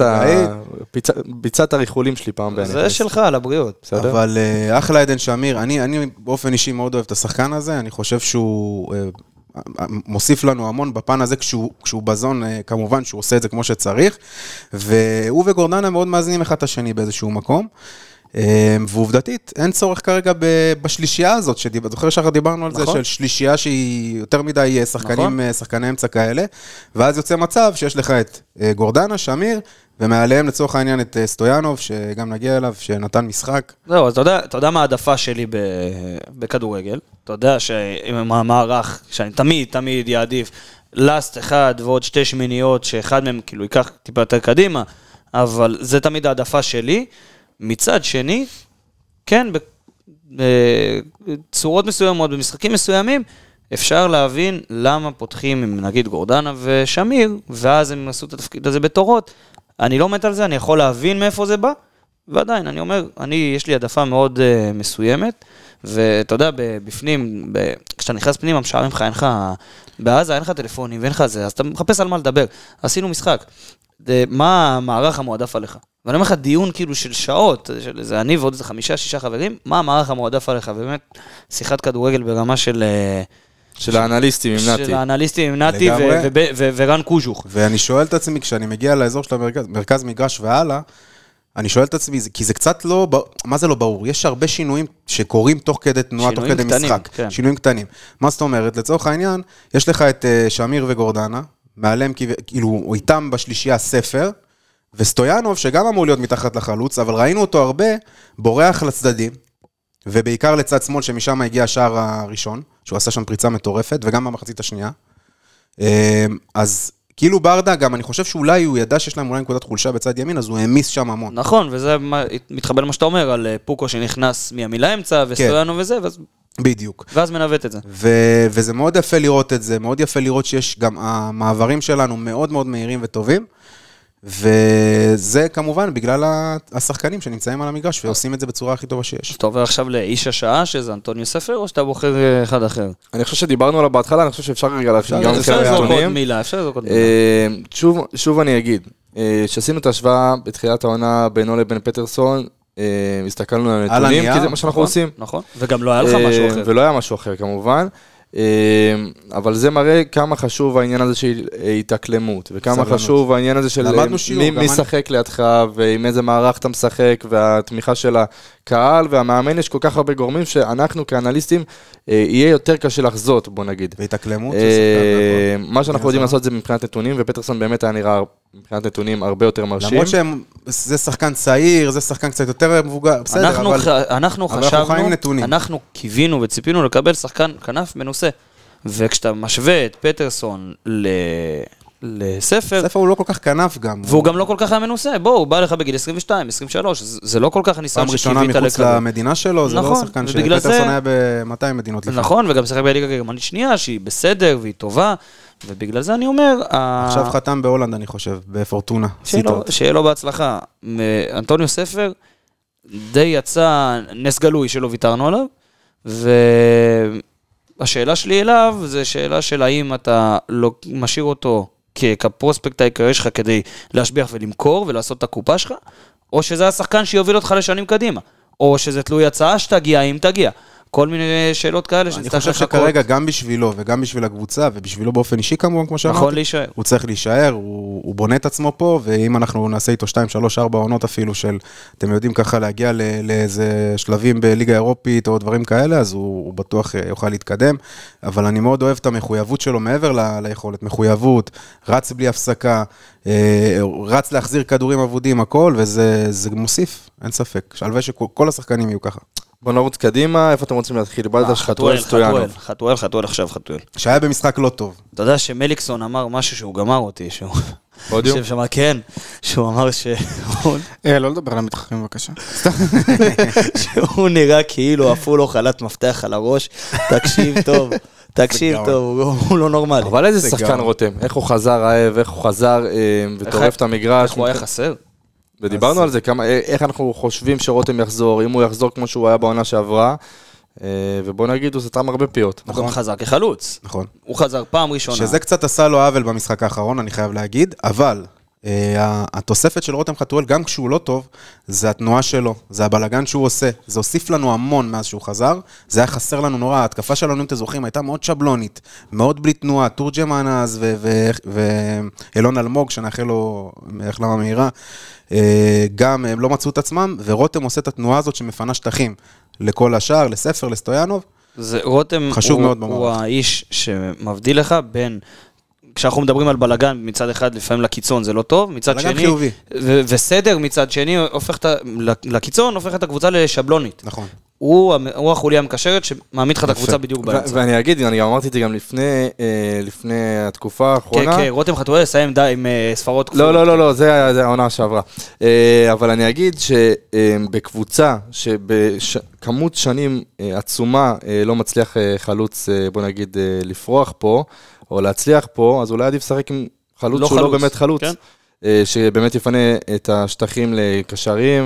ביצת הריחולים שלי פעם בעניין. זה שלך, על הבריאות. אבל אחלה עדן שמיר, אני באופן אישי מאוד אוהב את השחקן הזה, אני חושב שהוא מוסיף לנו המון בפן הזה, כשהוא, כשהוא בזון, כמובן שהוא עושה את זה כמו שצריך, והוא וגורדנה מאוד מאזינים אחד את השני באיזשהו מקום, ועובדתית, אין צורך כרגע בשלישייה הזאת, זוכר שאנחנו דיברנו על זה, של שלישייה שהיא יותר מדי שחקנים, שחקני אמצע כאלה, ואז יוצא מצב שיש לך את גורדנה, שמיר, ומעליהם לצורך העניין את סטויאנוב, שגם נגיע אליו, שנתן משחק. זהו, אז אתה יודע מה העדפה שלי בכדורגל, אתה יודע שעם המערך, שאני תמיד, תמיד יעדיף, לאסט אחד ועוד שתי שמיניות, שאחד מהם כאילו ייקח טיפה יותר קדימה, אבל זה תמיד העדפה שלי, מצד שני, כן, בצורות מסוימות, במשחקים מסוימים, אפשר להבין למה פותחים עם נגיד גורדנה ושמיר, ואז הם עשו את התפקיד הזה בתורות. אני לא מת על זה, אני יכול להבין מאיפה זה בא, ועדיין, אני אומר, אני, יש לי העדפה מאוד uh, מסוימת, ואתה יודע, בפנים, ב, כשאתה נכנס פנים, המשערים לך, אין לך, בעזה, אין לך טלפונים ואין לך זה, אז אתה מחפש על מה לדבר. עשינו משחק. זה, מה המערך המועדף עליך? ואני אומר לך דיון כאילו של שעות, של זה אני ועוד איזה חמישה, שישה חברים, מה המערך המועדף עליך? ובאמת, שיחת כדורגל ברמה של... של האנליסטים עם נתי. של האנליסטים עם נתי ורן קוז'וך. ואני שואל את עצמי, כשאני מגיע לאזור של המרכז, מרכז מגרש והלאה, אני שואל את עצמי, כי זה קצת לא, מה זה לא ברור? יש הרבה שינויים שקורים תוך כדי תנועה, תוך כדי משחק. שינויים קטנים. מה זאת אומרת? לצורך העניין, יש לך את שמיר וגורדנה, מעליהם כאילו, הוא איתם בשלישייה ספר, וסטויאנוב, שגם אמור להיות מתחת לחלוץ, אבל ראינו אותו הרבה, בורח לצדדים, ובעיקר לצד שמאל, שמשם הגיע השער הראשון, שהוא עשה שם פריצה מטורפת, וגם במחצית השנייה. אז כאילו ברדה, גם אני חושב שאולי הוא ידע שיש להם אולי נקודת חולשה בצד ימין, אז הוא העמיס שם המון. נכון, וזה מתחבר למה שאתה אומר, על פוקו שנכנס מימין לאמצע, וסטויאנוב וזה, ואז... בדיוק. ואז מנווט את זה. ו- וזה מאוד יפה לראות את זה, מאוד יפה לראות שיש גם המעברים שלנו מאוד מאוד מהירים וטובים, וזה כמובן בגלל השחקנים שנמצאים על המגרש ועושים את זה בצורה הכי טובה שיש. אתה עובר עכשיו לאיש השעה, שזה אנטוניו ספר, או שאתה בוחר אחד אחר? אני חושב שדיברנו עליו בהתחלה, אני חושב שאפשר רגע להפשיל גם אפשר לזרוק עוד מילה, אפשר לזרוק עוד מילה. שוב, שוב אני אגיד, שעשינו את ההשוואה בתחילת העונה בינו לבין פטרסון, הסתכלנו על הנתונים, כי זה מה שאנחנו עושים. נכון, וגם לא היה לך משהו אחר. ולא היה משהו אחר כמובן. אבל זה מראה כמה חשוב העניין הזה של התאקלמות, וכמה חשוב העניין הזה של מי משחק לידך, ועם איזה מערך אתה משחק, והתמיכה של הקהל, והמאמן יש כל כך הרבה גורמים, שאנחנו כאנליסטים, יהיה יותר קשה לחזות, בוא נגיד. והתאקלמות? מה שאנחנו יודעים לעשות זה מבחינת נתונים, ופטרסון באמת היה נראה מבחינת נתונים הרבה יותר מרשים. למרות שזה שחקן צעיר, זה שחקן קצת יותר מבוגר, בסדר, אבל אנחנו חשבנו, אנחנו קיווינו וציפינו לקבל שחקן כנף מנוסה, וכשאתה משווה את פטרסון לספר, ספר הוא לא כל כך כנף גם. והוא גם לא כל כך היה מנוסה, בוא, הוא בא לך בגיל עשרים ושתיים, עשרים ושלוש, זה לא כל כך הניסיון שקיווית לקבל. פעם ראשונה מחוץ למדינה שלו, זה לא שחקן שפטרסון היה ב-מאתיים מדינות לפני. נכון, וגם שחק בליגה גרמנית שנייה, שהיא בסדר והיא טובה, ובגלל זה אני אומר... עכשיו חתם בהולנד, אני חושב, בפורטונה. שיהיה לו בהצלחה. אנטוניו ספר די יצא נס גלוי שלא ויתרנו עליו, והשאלה שלי אליו זה שאלה של האם אתה לא משאיר אותו כפרוספקט העיקרי שלך כדי להשביח ולמכור ולעשות את הקופה שלך, או שזה השחקן שיוביל אותך לשנים קדימה, או שזה תלוי הצעה שתגיע, אם תגיע. כל מיני שאלות כאלה אני חושב שכרגע גם בשבילו וגם בשביל הקבוצה ובשבילו באופן אישי כמובן, כמו שאמרתי, נכון להישאר. הוא צריך להישאר, הוא, הוא בונה את עצמו פה, ואם אנחנו נעשה איתו שתיים, שלוש, ארבע עונות אפילו של, אתם יודעים ככה להגיע לאיזה שלבים בליגה אירופית או דברים כאלה, אז הוא, הוא בטוח יוכל להתקדם, אבל אני מאוד אוהב את המחויבות שלו מעבר ל, ליכולת, מחויבות, רץ בלי הפסקה, רץ להחזיר כדורים עבודים, הכל, וזה זה מוסיף, אין ספק. שלווה שכל השחקנים יהיו ככה. בוא נרוץ קדימה, איפה אתם רוצים להתחיל? בלדה שחתואל סטויאנוב. חתואל, חתואל עכשיו, חתואל. שהיה במשחק לא טוב. אתה יודע שמליקסון אמר משהו שהוא גמר אותי, שהוא... חושב שמה, כן, שהוא אמר ש... אה, לא לדבר על המתחכים בבקשה. שהוא נראה כאילו אפו לו חלת מפתח על הראש, תקשיב טוב. תקשיב טוב, הוא לא נורמלי. אבל איזה שחקן רותם, איך הוא חזר רעב, איך הוא חזר וטורף את המגרש. איך הוא היה חסר. ודיברנו על זה, איך אנחנו חושבים שרותם יחזור, אם הוא יחזור כמו שהוא היה בעונה שעברה, ובוא נגיד, הוא סתם הרבה פיות. הוא גם חזר כחלוץ. נכון. הוא חזר פעם ראשונה. שזה קצת עשה לו עוול במשחק האחרון, אני חייב להגיד, אבל התוספת של רותם חתואל, גם כשהוא לא טוב, זה התנועה שלו, זה הבלגן שהוא עושה, זה הוסיף לנו המון מאז שהוא חזר, זה היה חסר לנו נורא, ההתקפה שלנו, אם אתם זוכרים, הייתה מאוד שבלונית, מאוד בלי תנועה, תורג'מן אז, ואלון אלמוג, שנאחל לו החלמה מהירה, גם הם לא מצאו את עצמם, ורותם עושה את התנועה הזאת שמפנה שטחים, לכל השאר, לספר, לסטויאנוב, זה רותם חשוב הוא, מאוד הוא במערך. האיש שמבדיל לך בין, כשאנחנו מדברים על בלגן מצד אחד לפעמים לקיצון זה לא טוב, מצד בלגן שני, חיובי. ו- וסדר מצד שני הופך את ה- לקיצון, הופך את הקבוצה לשבלונית. נכון. הוא, הוא החוליה המקשרת שמעמיד לך את הקבוצה בדיוק ו- באמצע. ואני אגיד, אני גם אמרתי את זה גם לפני, אה, לפני התקופה האחרונה. כן, כן, רותם חתואל לסיים די עם אה, ספרות כפולות. לא, לא, לא, לא, זה היה- זה העונה שעברה. אה, אבל אני אגיד שבקבוצה שבכמות שנים אה, עצומה אה, לא מצליח אה, חלוץ, אה, בוא נגיד, אה, לפרוח פה, או להצליח פה, אז אולי עדיף לשחק עם חלוץ לא שהוא חלוץ, לא באמת חלוץ. כן. אה, שבאמת יפנה את השטחים לקשרים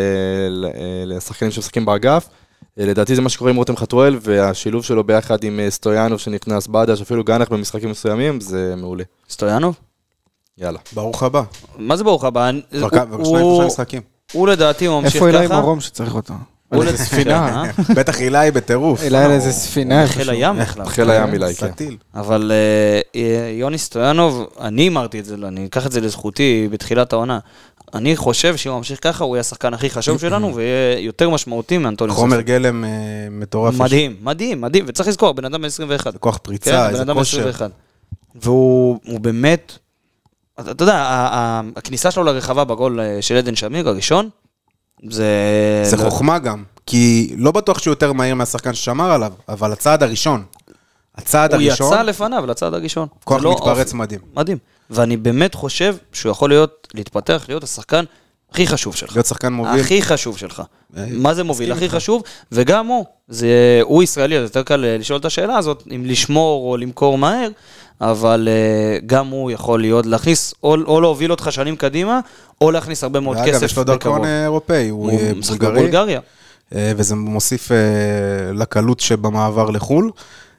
ולשחקנים שמשחקים באגף. אה, לדעתי זה מה שקורה עם רותם חתואל, והשילוב שלו ביחד עם אה, סטויאנוב שנכנס בדש, אפילו גנח במשחקים מסוימים, זה מעולה. סטויאנוב? יאללה. ברוך הבא. מה זה ברוך הבא? כבר הוא- כמה- שניים הוא- שלושה משחקים. הוא לדעתי הוא ממשיך איפה אליי ככה. מרום שצריך אותו? הוא איזה לד- ספינה. אה? בטח אילי בטירוף. אליי על איזה ספינה. חיל הים בכלל. חיל הים אילי, כן. סטיל. אבל אה, יוני סטויאנוב, אני אמרתי את זה, אני אקח את זה לזכותי בתחילת העונה. אני חושב שאם הוא ממשיך ככה, הוא יהיה השחקן הכי חשוב שלנו, ויהיה יותר משמעותי מאנטוני חומר סופר. גלם אה, מטורף. מדהים, מדהים, מדהים, וצריך לזכור, בן אדם ב-עשרים ואחת. זה כוח כן, פריצה, בן איזה אדם כושר. ב-עשרים ואחת. והוא הוא באמת, אתה אתה יודע, ה- ה- הכניסה שלו לרחבה בגול אה, של עדן שמיר, הראשון, זה... זה חוכמה גם, כי לא בטוח שהוא יותר מהיר מהשחקן ששמר עליו, אבל הצעד הראשון, הצעד הוא הראשון, יצא לפניו, לצעד הראשון. כוח זה לא מתפרץ אופי. מדהים. מדהים. ואני באמת חושב שהוא יכול להיות, להתפתח, להיות השחקן הכי חשוב שלך. להיות שחקן מוביל. הכי חשוב שלך. אה, מה זה מוביל? מסכים הכי איתך. חשוב, וגם הוא, זה, הוא ישראלי, אז יותר קל לשאול את השאלה הזאת, אם לשמור או למכור מהר, אבל uh, גם הוא יכול להיות, להכניס, או, או להוביל אותך שנים קדימה, או להכניס הרבה מאוד ואגב, כסף יש לו דרכון בקרוב. אירופאי, הוא הוא אה, משחק בולגרי, בבולגריה. אה, וזה מוסיף אה, לקלות שבמעבר לחול,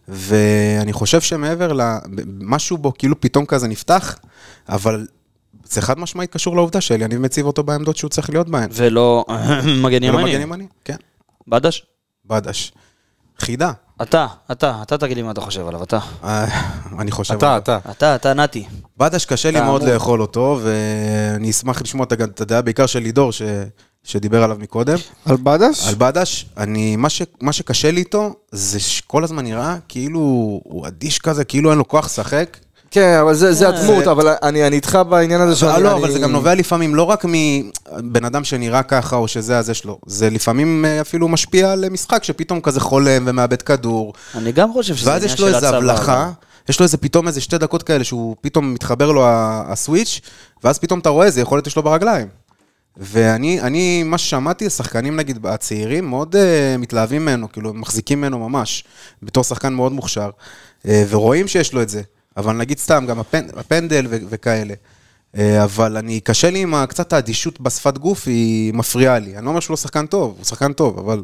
ואני חושב שמעבר למשהו בו, כאילו פתאום כזה נפתח, אבל זה חד משמעית קשור לעובדה שאליניב מציב אותו בעמדות שהוא צריך להיות בהן. ולא מגן ולא מגן ימני. ימני, כן. בדש? בדש. חידה. אתה, אתה, אתה תגיד לי מה אתה חושב עליו, אתה. אה, אני חושב... אתה, עליו. אתה. אתה, אתה נתי. בדש קשה לי אתה מאוד אמור. לאכול אותו, ואני אשמח לשמוע את את הדעה בעיקר של לידור, ש... שדיבר עליו מקודם. על בדש? על בדש, אני, מה, ש... מה שקשה לי איתו, זה שכל הזמן נראה כאילו הוא אדיש כזה, כאילו אין לו כוח לשחק. כן, אבל זה, זה אה, הדמות, זה- אבל אני, אני איתך בעניין הזה שאני... אבל לא, אני- אבל זה גם נובע לפעמים לא רק מבן אדם שנראה ככה, או שזה הזה שלו, זה לפעמים אה, אפילו משפיע על משחק, שפתאום כזה חולם ומאבד כדור, אני גם חושב שזה ואז עניין יש לו של איזה הצבא. הבלחה, יש לו איזה פתאום איזה שתי דקות כאלה, שהוא פתאום מתחבר לו ה- הסוויץ', ואז פתאום אתה רואה, זה יכול להיות יש לו ברגליים. ואני, אני, מה ששמעתי, השחקנים נגיד הצעירים מאוד uh, מתלהבים ממנו, כאילו הם מחזיקים ממנו ממש, בתור שחקן מאוד מוכשר, uh, ורואים שיש לו את זה, אבל נגיד סתם, גם הפנ, הפנדל ו- וכאלה. Uh, אבל אני, קשה לי עם ה- קצת האדישות בשפת גוף, היא מפריעה לי. אני לא אומר שהוא לא שחקן טוב, הוא שחקן טוב, אבל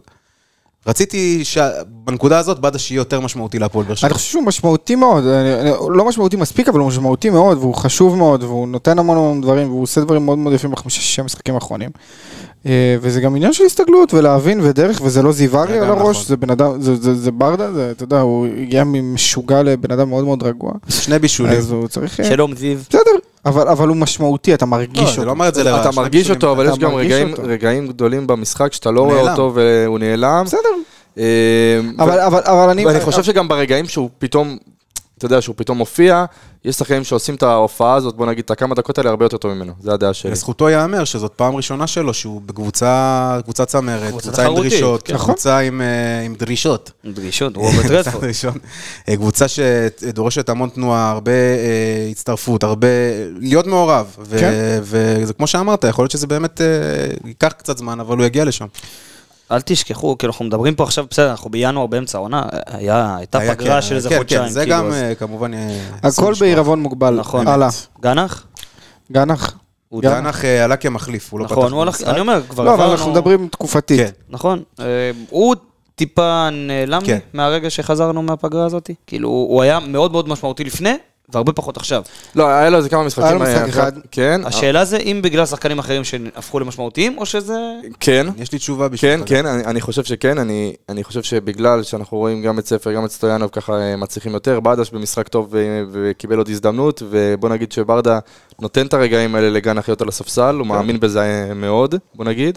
רציתי שבנקודה הזאת, בדש יהיה יותר משמעותי להפועל באר שבע. אני חושב שהוא משמעותי מאוד, אני- אני- הוא לא משמעותי מספיק, אבל הוא משמעותי מאוד, והוא חשוב מאוד, והוא נותן המון המון דברים, והוא עושה דברים מאוד מאוד יפים בחמישה-שישה משחקים האחרונים. אה, וזה גם עניין של הסתגלות ולהבין ודרך, וזה לא זיווארי זה על גם הראש, נכון. זה בן אדם, זה- זה זה ברדה, זה, אתה יודע, הוא הגיע ממשוגע לבן אדם מאוד מאוד רגוע, שני בישולים. אז הוא צריך... אה, שלום זיו. בסדר, אבל אבל הוא משמעותי, אתה מרגיש לא, אותו. זה לא אומר את זה לרע. אתה שני מרגיש בישולים. אותו, אבל אתה יש גם מרגיש רגעים, אותו. רגעים גדולים במשחק שאתה לא הוא רואה נעלם. אותו והוא נעלם. בסדר, אה, אבל אבל אבל אני... ואני חושב שגם ברגעים שהוא פתאום, אתה יודע, שהוא פתאום מופיע, יש שחקנים שעושים את ההופעה הזאת, בוא נגיד, את הכמה דקות האלה הרבה יותר טוב ממנו, זה הדעה שלי. לזכותו ייאמר שזאת פעם ראשונה שלו, שהוא בקבוצה, קבוצה צמרת, קבוצה קבוצה עם תחרותית, דרישות, כן. קבוצה עם, אה, עם דרישות. דרישות, רוברט רדפורד. דרישות. אה, קבוצה שדורשת המון תנועה, הרבה אה, הצטרפות, הרבה, להיות מעורב. ו- כן. וזה כמו שאמרת, יכול להיות שזה באמת אה, ייקח קצת זמן, אבל הוא יגיע לשם. אל תשכחו, כאילו אנחנו מדברים פה עכשיו, בסדר, אנחנו בינואר באמצע העונה, היה- הייתה היה, פגרה כן, של איזה כן, חודשיים. כן, זה כאילו, גם אז- אה, כמובן... אה, הכל אסור לשכוח. בעירבון מוגבל. נכון. הלאה. גנח? גנח. הוא גנח. גנח אה, עלה כמחליף, הוא לא פתח נכון, הוא הלך, במשחק. אני אומר, כבר לא, אבל עברנו... אנחנו מדברים תקופתית. כן. נכון, אה, הוא טיפה נעלם לי כן. מהרגע שחזרנו מהפגרה הזאת, כאילו הוא היה מאוד מאוד משמעותי לפני, והרבה פחות עכשיו. לא, היה לו איזה כמה משחקים. היה לו משחק אחד. כן. השאלה זה אם בגלל שחקנים אחרים שהפכו למשמעותיים, או שזה... כן. יש לי תשובה בשביל כן, כן, אני, אני חושב שכן, אני, אני חושב שבגלל שאנחנו רואים גם את ספר, גם את סטויאנוב ככה מצליחים יותר, ברדש במשחק טוב ו- וקיבל עוד הזדמנות, ובוא נגיד שברדה נותן את הרגעים האלה לגנח להיות על הספסל, הוא מאמין בזה מאוד, בוא נגיד.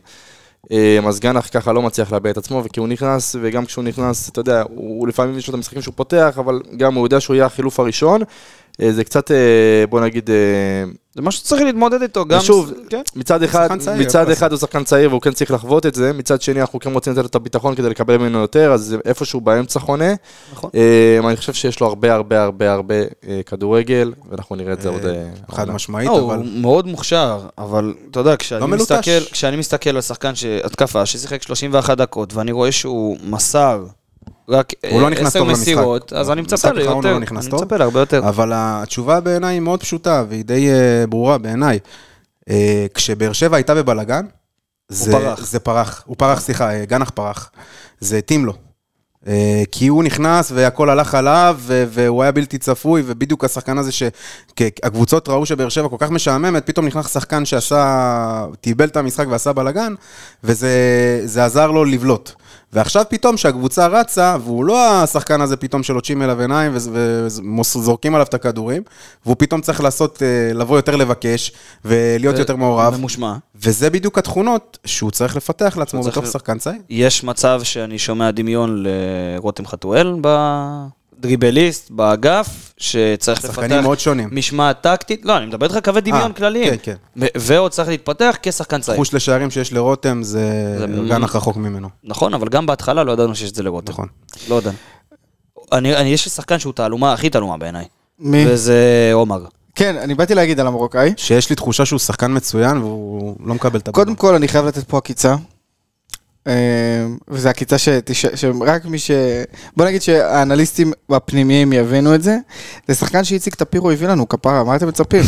אז גנח ככה לא מצליח להביע את עצמו, וכי הוא נכנס, וגם כשהוא נכנס, אתה יודע, הוא לפעמים יש לו את המשחקים שהוא פותח, אבל גם הוא יודע שהוא יהיה החילוף הראשון, זה קצת, בוא נגיד... זה משהו שצריך להתמודד איתו, גם... ושוב, כן. מצד אחד, מצד אחד הוא שחקן צעיר, והוא כן צריך לחוות את זה, מצד שני אנחנו כן רוצים לתת את הביטחון כדי לקבל ממנו יותר, אז איפשהו באמצע חונה. נכון. אני חושב שיש לו הרבה הרבה הרבה הרבה כדורגל, ואנחנו נראה את זה עוד... חד משמעית, הוא אבל... מאוד מוכשר, אבל אתה יודע, כשאני מלוטש. מסתכל, כשאני מסתכל על שחקן התקפה, ששיחק שלושים ואחת דקות, ואני רואה שהוא מסר רק הוא לא נכנס עשר טוב מסירות, למשחק. אז אני מצפה במשחק האחרון ליותר, הוא לא נכנס אני טוב. מצפה להרבה יותר. אבל התשובה בעיניי היא מאוד פשוטה, והיא די אה, ברורה בעיניי. אה, כשבאר שבע הייתה בבלגן, זה פרח. זה פרח. הוא פרח, סליחה, אה, גנח פרח. זה התאים לו. אה, כי הוא נכנס והכל הלך עליו, ו- והוא היה בלתי צפוי, ובדיוק השחקן הזה שהקבוצות ראו שבאר שבע כל כך משעממת, פתאום נכנס שחקן שעשה, טיבל את המשחק ועשה בלגן, וזה זה עזר לו לבלוט. ועכשיו פתאום שהקבוצה רצה, והוא לא השחקן הזה פתאום שלוטשים אליו עיניים וזורקים עליו את הכדורים, והוא פתאום צריך לעשות, לבוא יותר לבקש, ולהיות יותר מעורב. ממושמע. וזה בדיוק התכונות שהוא צריך לפתח לעצמו בתוך ל... שחקן צעיר. יש מצב שאני שומע דמיון לרותם חתואל בדריבליסט, באגף, שצריך לפתח שחקנים מאוד שונים. משמעת טקטית. לא, אני מדבר איתך קווי דמיון 아, כלליים. כן, כן. ו- ועוד צריך להתפתח כשחקן צעיר. חוש לשערים שיש לרותם, זה, זה גנח רחוק ממנו. נכון, אבל גם בהתחלה לא ידענו שיש את זה לרותם. נכון. לא יודע. אני, אני, יש שחקן שהוא תעלומה, הכי תעלומה בעיניי. מי? וזה עומר. כן, אני באתי להגיד על המרוקאי. שיש לי תחושה שהוא שחקן מצוין, והוא לא מקבל את הבמה. קודם כל, אני חייב לתת פה עקיצה. וזו עקיצה שרק מי ש... בוא נגיד שהאנליסטים הפנימיים יבינו את זה. זה שחקן שאיציק טפירו הביא לנו, כפרה, מה אתם מצפים?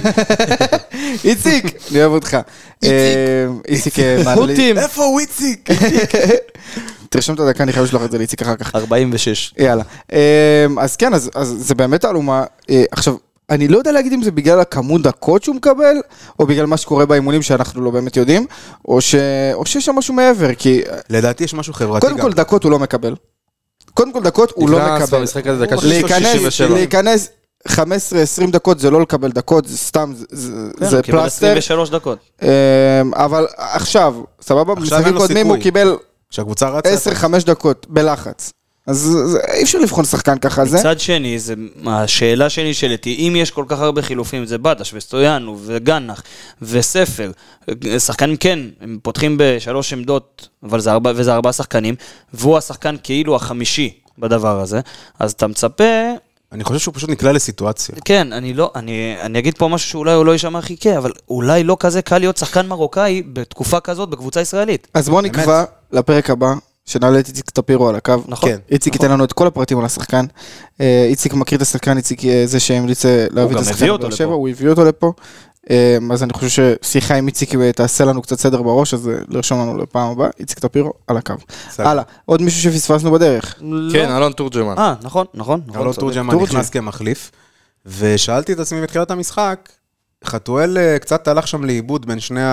איציק, אני אוהב אותך. איציק, חוטים. איפה הוא איציק? תרשום את הדקה, אני חייב לשלוח את זה לאיציק אחר כך. ארבעים ושש. יאללה. אז כן, אז זה באמת תעלומה. עכשיו, אני לא יודע להגיד אם זה בגלל הכמות דקות שהוא מקבל, או בגלל מה שקורה באימונים שאנחנו לא באמת יודעים, או ש... או שיש שם משהו מעבר, כי... לדעתי יש משהו חברתי קודם כל דקות הוא לא מקבל. קודם כל דקות הוא לא מקבל. במשחק הזה דקה להיכנס, שישים ושבע. להיכנס חמש עשרה עשרים דקות זה לא לקבל דקות, זה סתם, זה קיבל פלסטר. עשרים ושלוש דקות. אבל עכשיו, סבבה, במשחקים קודמים הוא קיבל כשהקבוצה רצה... עשר חמש דקות בלחץ. אז אי אפשר לבחון שחקן ככה זה. מצד שני, זה, השאלה שלי שאלתי, אם יש כל כך הרבה חילופים, זה בדש וסטויאנו וגנח וספר, שחקנים כן, הם פותחים בשלוש עמדות, אבל זה ארבע, וזה ארבעה שחקנים, והוא השחקן כאילו החמישי בדבר הזה, אז אתה מצפה... אני חושב שהוא פשוט נקלע לסיטואציה. כן, אני לא, אני, אני אגיד פה משהו שאולי הוא לא יישמע הכי כן, אבל אולי לא כזה קל להיות שחקן מרוקאי בתקופה כזאת, בקבוצה ישראלית. אז בואו נקבע לפרק הבא, שנעלה את איציק טפירו על הקו. נכון. כן. איציק ייתן לנו את כל הפרטים על השחקן. איציק מכיר את השחקן, איציק זה שהמליץ להביא את השחקן בבאר שבע, הוא הביא אותו לפה. אז אני חושב ששיחה עם איציק תעשה לנו קצת סדר בראש, אז לרשום לנו לפעם הבאה, איציק טפירו על הקו. הלאה, עוד מישהו שפספסנו בדרך. כן, אלון תורג'מן. אה, נכון, נכון. אלון תורג'מן נכנס כמחליף, ושאלתי את עצמי בתחילת המשחק, חתואל קצת הלך שם לאיבוד בין שני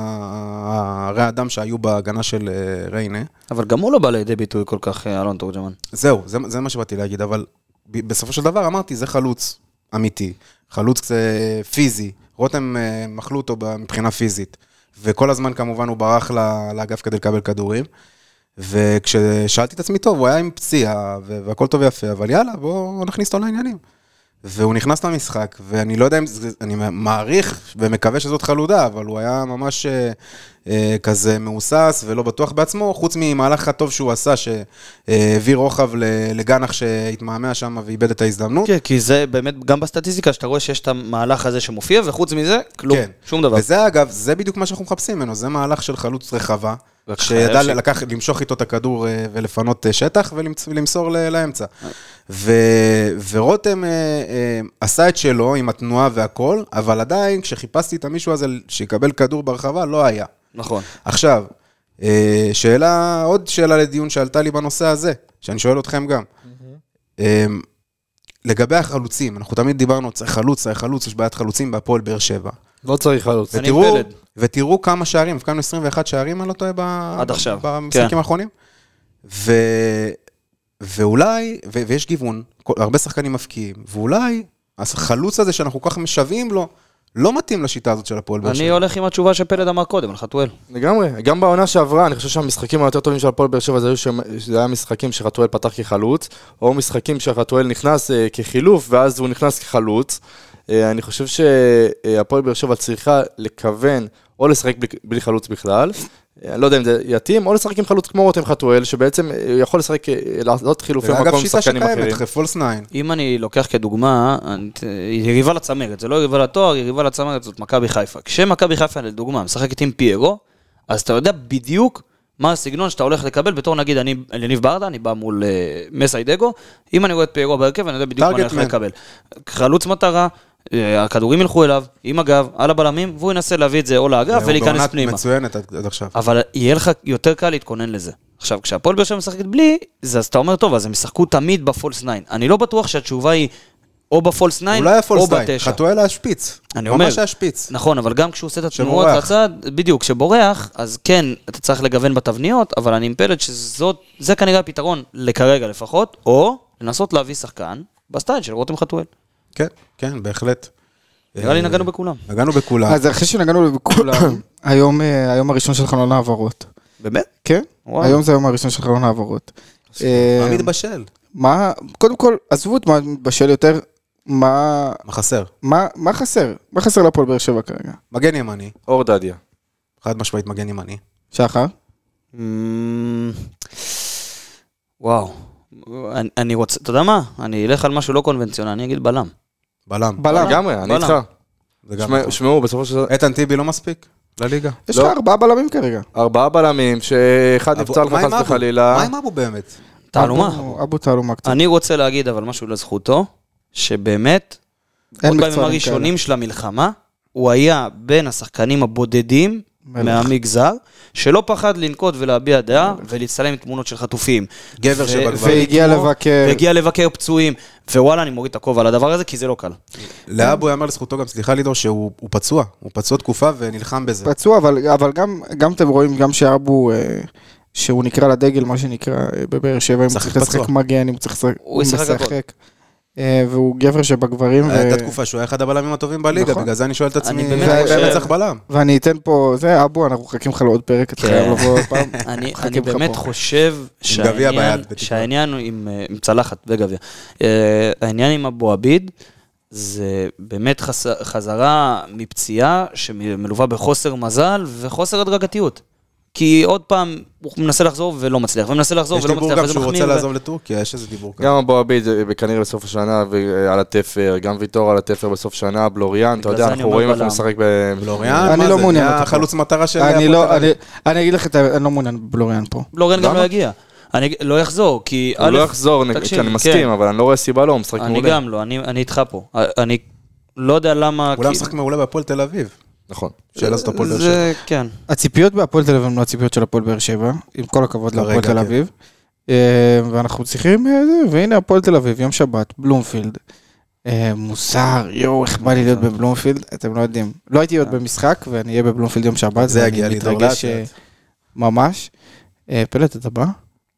הרי האדם שהיו בהגנה של ריינה. אבל גם הוא לא בא לידי ביטוי כל כך, אלון תורג'מן. זהו, זה, זה מה שבאתי להגיד, אבל בסופו של דבר אמרתי, זה חלוץ אמיתי, חלוץ פיזי, רותם מחלו אותו מבחינה פיזית, וכל הזמן כמובן הוא ברח לאגף כדי לקבל כדורים, וכששאלתי את עצמי טוב, הוא היה עם פציעה, והכל טוב ויפה, אבל יאללה, בואו נכניס אותו לעניינים. והוא נכנס למשחק, ואני לא יודע אם זה, אני מעריך ומקווה שזאת חלודה, אבל הוא היה ממש אה, אה, כזה מאוסס ולא בטוח בעצמו, חוץ ממהלך הטוב שהוא עשה, שהעביר רוחב לגנח שהתמהמה שם ואיבד את ההזדמנות. כן, כי זה באמת, גם בסטטיסטיקה, שאתה רואה שיש את המהלך הזה שמופיע, וחוץ מזה, כלום, כן. שום דבר. וזה אגב, זה בדיוק מה שאנחנו מחפשים ממנו, זה מהלך של חלוץ רחבה, שידע ש... לקח, למשוך איתו את הכדור ולפנות שטח ולמסור לאמצע. ו, ורותם עשה את שלו עם התנועה והכל, אבל עדיין כשחיפשתי את המישהו הזה שיקבל כדור ברחבה, לא היה. נכון. עכשיו, שאלה, עוד שאלה לדיון שעלתה לי בנושא הזה, שאני שואל אתכם גם. לגבי החלוצים, אנחנו תמיד דיברנו, צריך חלוץ, צריך חלוץ, יש בעיית חלוצים בהפועל באר שבע. לא צריך חלוץ. אני ותראו, פלד. ותראו כמה שערים, הבקענו עשרים ואחד שערים, אני לא טועה, ב- עד עכשיו, במשחקים כן. האחרונים. ו... ואולי, ו... ויש גיוון, כל- הרבה שחקנים מפקיעים, ואולי החלוץ הזה שאנחנו כל כך משוועים לו, לא מתאים לשיטה הזאת של הפועל באר אני שבע. הולך עם התשובה שפלד אמר קודם, על חתואל. לגמרי, גם בעונה שעברה, אני חושב שהמשחקים היותר טובים של הפועל באר שבע, זה היו ש- זה היה משחקים שחתואל פתח כחלוץ, או משחקים שחתואל נכנס אה, כחילוף, ואז הוא נכנס כחלוץ. אה, אני חושב שהפועל באר שבע צריכה לכוון, או לשחק בלי, בלי חלוץ בכלל, אני לא יודע אם זה יתאים, או לשחק עם חלוץ כמו רותם חתואל, שבעצם יכול לשחק, לעשות חילופי ואגב, מקום עם שיטה שחקנים אחרים. שקיימת, פולס ניין. אם אני לוקח כדוגמה, אני- יריבה לצמרת, זה לא יריבה לתואר, יריבה לצמרת זאת מכבי חיפה. כשמכבי חיפה לדוגמה משחקת עם פיירו, אז אתה יודע בדיוק מה הסגנון שאתה הולך לקבל, בתור נגיד אני יניב ברדה, אני בא מול uh, מסיידגו, אם אני רואה את פיירו בהרכב, אני יודע בדיוק מה אני הולך לקבל. חלוץ מטרה, הכדורים ילכו אליו, עם הגב, על הבלמים, והוא ינסה להביא את זה או לאגף ולהיכנס פנימה. מצוינת עד עכשיו. אבל יהיה לך יותר קל להתכונן לזה. עכשיו, כשהפועל באר שבע משחקת בלי, אז אתה אומר, טוב, אז הם ישחקו תמיד בפולס ניין. אני לא בטוח שהתשובה היא או בפולס ניין, אולי או הפולס ניין, בתשע. חתואל השפיץ. אני אומר, ממש השפיץ. נכון, אבל גם כשהוא עושה את התנועות שבורח. לצד, בדיוק, כשבורח, אז כן, אתה צריך לגוון בתבניות, אבל אני מפלד שזאת, זה כנראה הפתרון, לכרגע לפחות, או לנסות להביא שחקן בסטייל של רותם חתואל. כן, כן, בהחלט. נראה לי נגענו בכולם. נגענו בכולם. אז אחרי שנגענו בכולם, היום אה, היום הראשון של חלון העברות. באמת? כן? וואו. היום זה היום הראשון של חלון העברות. אה, מה מתבשל? מה, קודם כל, עזבו את מה מתבשל יותר, מה, מה חסר? מה, מה חסר? מה חסר להפועל באר שבע כרגע? מגן ימני. אור דדיה. חד משמעית מגן ימני. שחר? אמ, וואו. אני- אני רוצה, אתה יודע מה? אני אלך על משהו לא קונבנציונלי, אני אגיד בלם. בלם. בלם. לגמרי, אני בלם. איתך. זה גם שמע- נכון. שמעו, בסופו של דבר, איתן טיבי לא מספיק? לליגה? יש לא. לך ארבעה בלמים כרגע. ארבעה בלמים, שאחד אבו- נפצע לך מה עם חס אבו? וחלילה. מה עם אבו באמת? תעלומה. אבו- אבו תעלומה קצת. אני רוצה להגיד אבל משהו לזכותו, שבאמת, אין עוד בימים מקצוענים הראשונים של המלחמה, הוא היה בין השחקנים הבודדים מלך. מהמגזר, שלא פחד לנקוט ולהביע דעה, ולהצטלם עם תמונות של חטופים. גבר ו- שבגברים. והגיע ולתמוך, לבקר. והגיע לבקר פצועים, ווואלה, אני מוריד את הכובע על הדבר הזה, כי זה לא קל. לאבו יאמר לזכותו גם, סליחה לידור, שהוא הוא פצוע. הוא פצוע תקופה ונלחם בזה. פצוע, אבל, אבל גם, גם אתם רואים, גם שאבו, אה, שהוא נקרא לדגל, מה שנקרא, אה, בבאר שבע, אם הוא משחק צריך לשחק פצוע. מגן, אם הוא צריך לשחק, הוא ישחק הכל. אה, והוא גבר שבגברים, ו... הייתה תקופה שהוא היה אחד הבלמים הטובים בליגה, נכון. בגלל זה אני שואל את עצמי, אני באמת באמת חושב- צריך בלם. ואני אתן פה, זה אבו, אנחנו מחכים לך לעוד פרק, אתה כן. חייב לבוא עוד פעם. אני, מחכים אני לך באמת פה. חושב גביע שהעניין, ביד, בתקווה. שהעניין הוא עם, אה, עם צלחת וגביע. אה, העניין עם אבו עביד, זה באמת חס, חזרה מפציעה שמלווה בחוסר מזל וחוסר הדרגתיות. כי עוד פעם הוא מנסה לחזור ולא מצליח, ומנסה לחזור יש ולא דיבור מצליח. גם וזה שהוא מחמיא, רוצה ו- לעזוב לטורקיה, יש איזה דיבור כזה. גם אבו עביד, כנראה בסוף השנה, ועל התפר, גם ויטור על התפר בסוף שנה, בלוריאן, אתה בגלל יודע, זה אני אנחנו אומר רואים איך הוא בלם. משחק ב... בלוריאן, אני מה לא זה? מעוניין נהיה אותו פה. חלוץ מטרה של... אני הפועל לא, תל אביב. אני, אני אגיד לך, את ה- אני לא מעוניין בלוריאן פה. לורן גם למה? לא יגיע. אני לא יחזור, כי הוא לא יחזור, תקשיב, אני כן. מסכים, אבל אני לא רואה סיבה לא, הוא משחק אני מעולה. גם לא, אני אני איתך פה. אני לא יודע למה... אולי כי- משחק מעולה בהפועל תל אביב. נכון. שאלה זאת הפועל באר שבע. זה, כן. הציפיות בהפועל תל אביב הן לא הציפיות של הפועל באר שבע, עם כל הכבוד להפועל כרגע, תל כן. אביב. אה, ואנחנו צריכים, אה, זה, והנה הפועל תל אביב, יום שבת, בלומפילד. אה, מוסר, יואו, איך בא לי להיות בבלומפילד, אתם לא יודעים. לא הייתי עוד במשחק, ואני אהיה בבלומפילד יום שבת, זה ואני יגיע לי דור מתרגש, לאט אה, לאט. ממש. אה, פלט, אתה בא?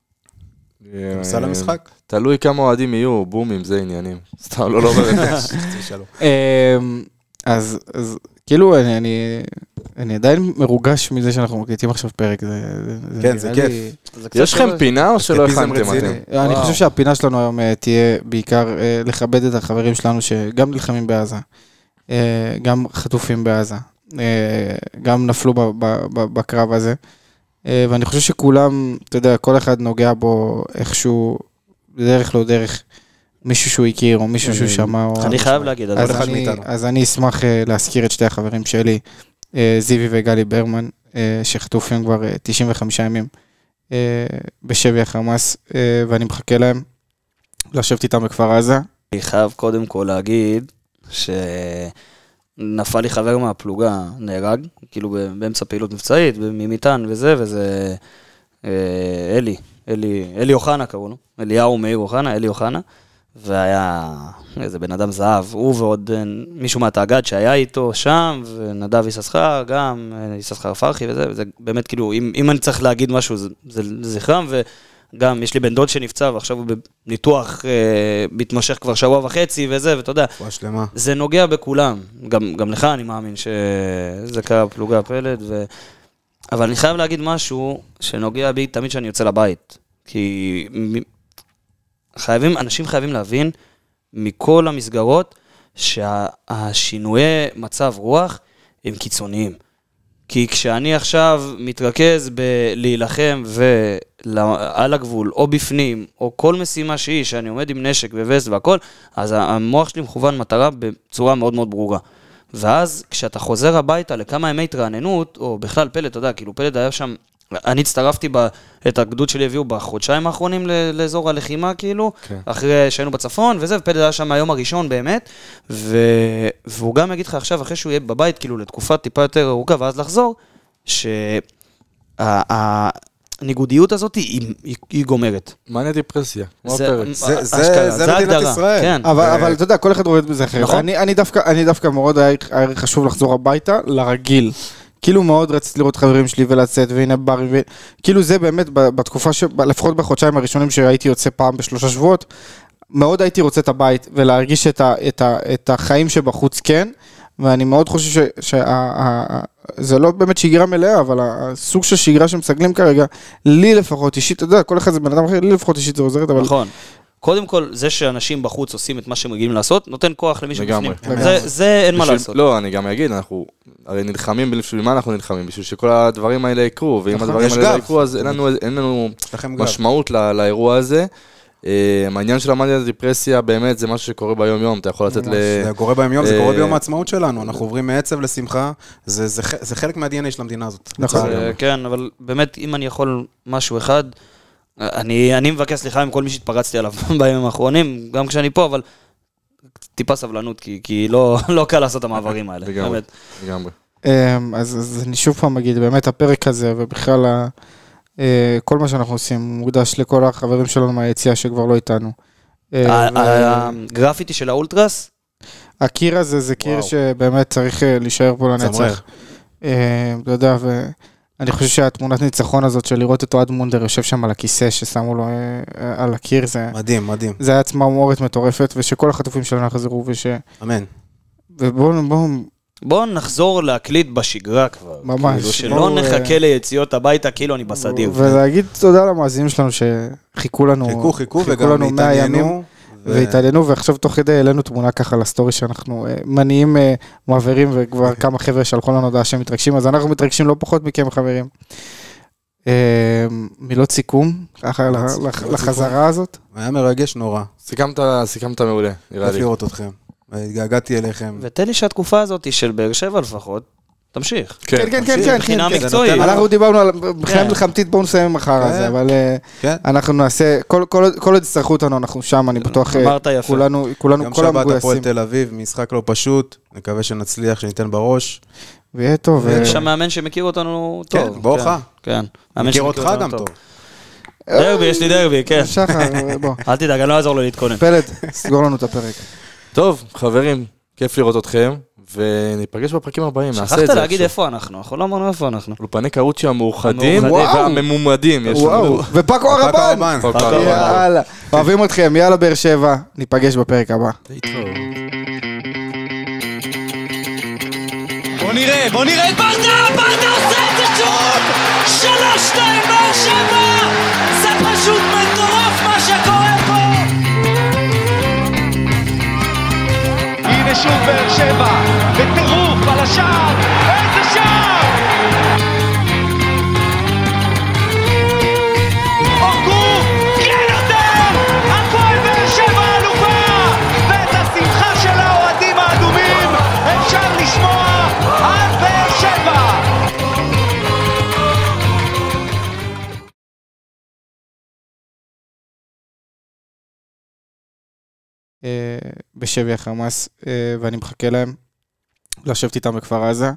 כניסה למשחק? תלוי כמה אוהדים יהיו, בומים, זה עניינים. סתם, לא, לא, חצי שלום. אה, אז, אז כאילו, אני, אני, אני עדיין מרוגש מזה שאנחנו מקליטים עכשיו פרק, זה, זה כן, נראה זה לי- כיף. זה קצת יש לכם כזה- פינה או שלא אסקפיזם הכנתם רציני. אתם? אני וואו. חושב שהפינה שלנו היום אה, תהיה בעיקר אה, לכבד את החברים שלנו שגם נלחמים בעזה, אה, גם חטופים בעזה, אה, גם נפלו ב- ב- ב- בקרב הזה, אה, ואני חושב שכולם, אתה יודע, כל אחד נוגע בו איכשהו, בדרך לא דרך, מישהו שהוא הכיר או מישהו שהוא שמע. או- אני חייב להגיד, אז אז אחד אני- מאיתנו. אז אני אשמח אה, להזכיר את שתי החברים שלי, אה, זיוי וגלי ברמן, אה, שחטופים כבר אה, תשעים וחמישה ימים אה, בשבי החמאס, אה, ואני מחכה להם לשבת איתם בכפר עזה. אני חייב קודם כל להגיד שנפל לי חבר מהפלוגה, נהרג, כאילו באמצע פעילות מבצעית, ממטען וזה, וזה אה, אלי, אלי, אלי אוחנה קראו לו, אליהו מאיר אוחנה, אלי אוחנה, והיה איזה בן אדם זהב, הוא ועוד מישהו מהתאגד שהיה איתו שם, ונדב יששכר גם, יששכר פרחי וזה, וזה באמת כאילו, אם, אם אני צריך להגיד משהו, זה, זה זכרם, וגם יש לי בן דוד שנפצע, ועכשיו הוא בניתוח אה, מתמשך כבר שבוע וחצי וזה, ואתה יודע, זה נוגע בכולם, גם, גם לך אני מאמין שזה קרה פלוגה פלד, ו... אבל אני חייב להגיד משהו שנוגע בי תמיד שאני יוצא לבית, כי חייבים, אנשים חייבים להבין מכל המסגרות שהשינויי מצב רוח הם קיצוניים. כי כשאני עכשיו מתרכז בלהילחם ועל הגבול או בפנים או כל משימה שהיא שאני עומד עם נשק ווסט והכל, אז המוח שלי מכוון מטרה בצורה מאוד מאוד ברורה. ואז כשאתה חוזר הביתה לכמה ימי התרעננות, או בכלל פלד, אתה יודע, כאילו פלד היה שם, אני הצטרפתי ב, את הגדוד שלי הביאו בחודשיים האחרונים לאזור הלחימה, כאילו, okay. אחרי שהיינו בצפון, וזה, ופלד היה שם מהיום הראשון באמת, ו, והוא גם יגיד לך עכשיו, אחרי שהוא יהיה בבית, כאילו, לתקופה טיפה יותר ארוכה, ואז לחזור, שהניגודיות הזאת היא, היא, היא גומרת. מעניין דיפרסיה. זה, זה, זה, זה מדינת ישראל. כן. אבל, אבל אתה יודע, כל אחד רואה בזה אחרת. נכון. אני, אני דווקא, אני דווקא מאוד היה חשוב לחזור הביתה, לרגיל. כאילו מאוד רציתי לראות חברים שלי ולצאת, והנה ברים, וכאילו זה באמת בתקופה, ש... לפחות בחודשיים הראשונים שהייתי יוצא פעם בשלושה שבועות, מאוד הייתי רוצה את הבית, ולהרגיש את, ה... את, ה... את החיים שבחוץ כן, ואני מאוד חושב ש... שה... זה לא באמת שגרה מלאה, אבל הסוג של שגרה שמסגלים כרגע, לי לפחות אישית, אתה יודע, כל אחד זה בן אדם אחר, לי לפחות אישית זה עוזרת, אבל... נכון. קודם כל, זה שאנשים בחוץ עושים את מה שהם מגיעים לעשות, נותן כוח למי שבפנים. זה, זה אין מה לעשות. לא, אני גם אגיד, אנחנו הרי נלחמים, בשביל מה אנחנו נלחמים? בשביל שכל הדברים האלה יקרו, ואם הדברים האלה לא יקרו, אז אין לנו משמעות לאירוע הזה. העניין של המאניה דיפרסיה, באמת, זה משהו שקורה ביום יום, אתה יכול לתת ל... זה קורה ביום יום, זה קורה ביום העצמאות שלנו, אנחנו עוברים מעצב לשמחה, זה חלק מה-די אן איי של המדינה הזאת. נכון. כן, אבל באמת, אם אני יכול משהו אחד, אני, אני מבקש סליחה עם כל מי שהתפרצתי עליו בימים האחרונים, גם כשאני פה, אבל טיפה סבלנות, כי, כי לא, לא קל לעשות את המעברים האלה. לגמרי, לגמרי. אז, אז אני שוב פעם אגיד, באמת הפרק הזה, ובכלל כל מה שאנחנו עושים, מוקדש לכל החברים שלנו מהיציאה שכבר לא איתנו. הגרפיטי של האולטרס? הקיר הזה זה קיר שבאמת צריך להישאר פה לנצח. אתה יודע, ו... אני חושב שהתמונת ניצחון הזאת של לראות את אוהד מונדר יושב שם על הכיסא ששמו לו על הקיר, זה... מדהים, מדהים. זה היה צמרמורת מטורפת, ושכל החטופים שלנו יחזרו, וש... אמן. ובואו... בואו... בואו נחזור להקליט בשגרה כבר. ממש. כאילו שלא נחכה ליציאות הביתה, כאילו אני בסדיר. ולהגיד תודה למאזינים שלנו שחיכו לנו... חיכו, חיכו, וגם התעניינו. והתעניינו, ועכשיו תוך כדי העלינו תמונה ככה לסטורי שאנחנו מניעים מעברים, וכבר כמה חבר'ה שלחו לנו הודעה שהם מתרגשים, אז אנחנו מתרגשים לא פחות מכם חברים. מילות סיכום, ככה לחזרה הזאת. היה מרגש נורא. סיכמת מעולה, נראה לי. לראות אתכם, התגעגעתי אליכם. ותן לי שהתקופה הזאת של באר שבע לפחות, תמשיך. כן, כן, כן, כן. מבחינה מקצועית. אנחנו דיברנו על מבחינה מלחמתית, בואו נסיים מחר הזה, אבל אנחנו נעשה, כל עוד יצטרכו אותנו, אנחנו שם, אני בטוח, כולנו, כולנו, גם שבת הפועל תל אביב, משחק לא פשוט, נקווה שנצליח, שניתן בראש. ויהיה טוב. יש שם מאמן שמכיר אותנו טוב. כן, בוכה. כן. מכיר אותך גם טוב. דרבי, יש לי דרבי, כן. שחר, בוא. אל תדאג, אני לא אעזור לו להתכונן. פלד, סגור לנו את הפרק. טוב, חברים, כיף לראות אתכם. וניפגש בפרקים הבאים, נעשה את זה. שכחת להגיד איפה אנחנו, אנחנו לא אמרנו איפה אנחנו. אולפני קאוצ'י המאוחדים והממומדים. וואו, ופאקו הרבן. יאללה, אוהבים אתכם, יאללה באר שבע, ניפגש בפרק הבא. בוא נראה, בוא נראה את ברדה, ברדה עושה את זה שוב! שלוש שתיים באר שבע! זה פשוט מטורף מה שקורה פה! הנה שוב באר שבע, בטירוף על השער, איזה שער! אורגו, כן יותר! הפועל באר שבע אלופה! ואת השמחה של האוהדים האדומים אפשר לשמוע עד באר שבע! בשבי החמאס, ואני מחכה להם לשבת איתם בכפר עזה.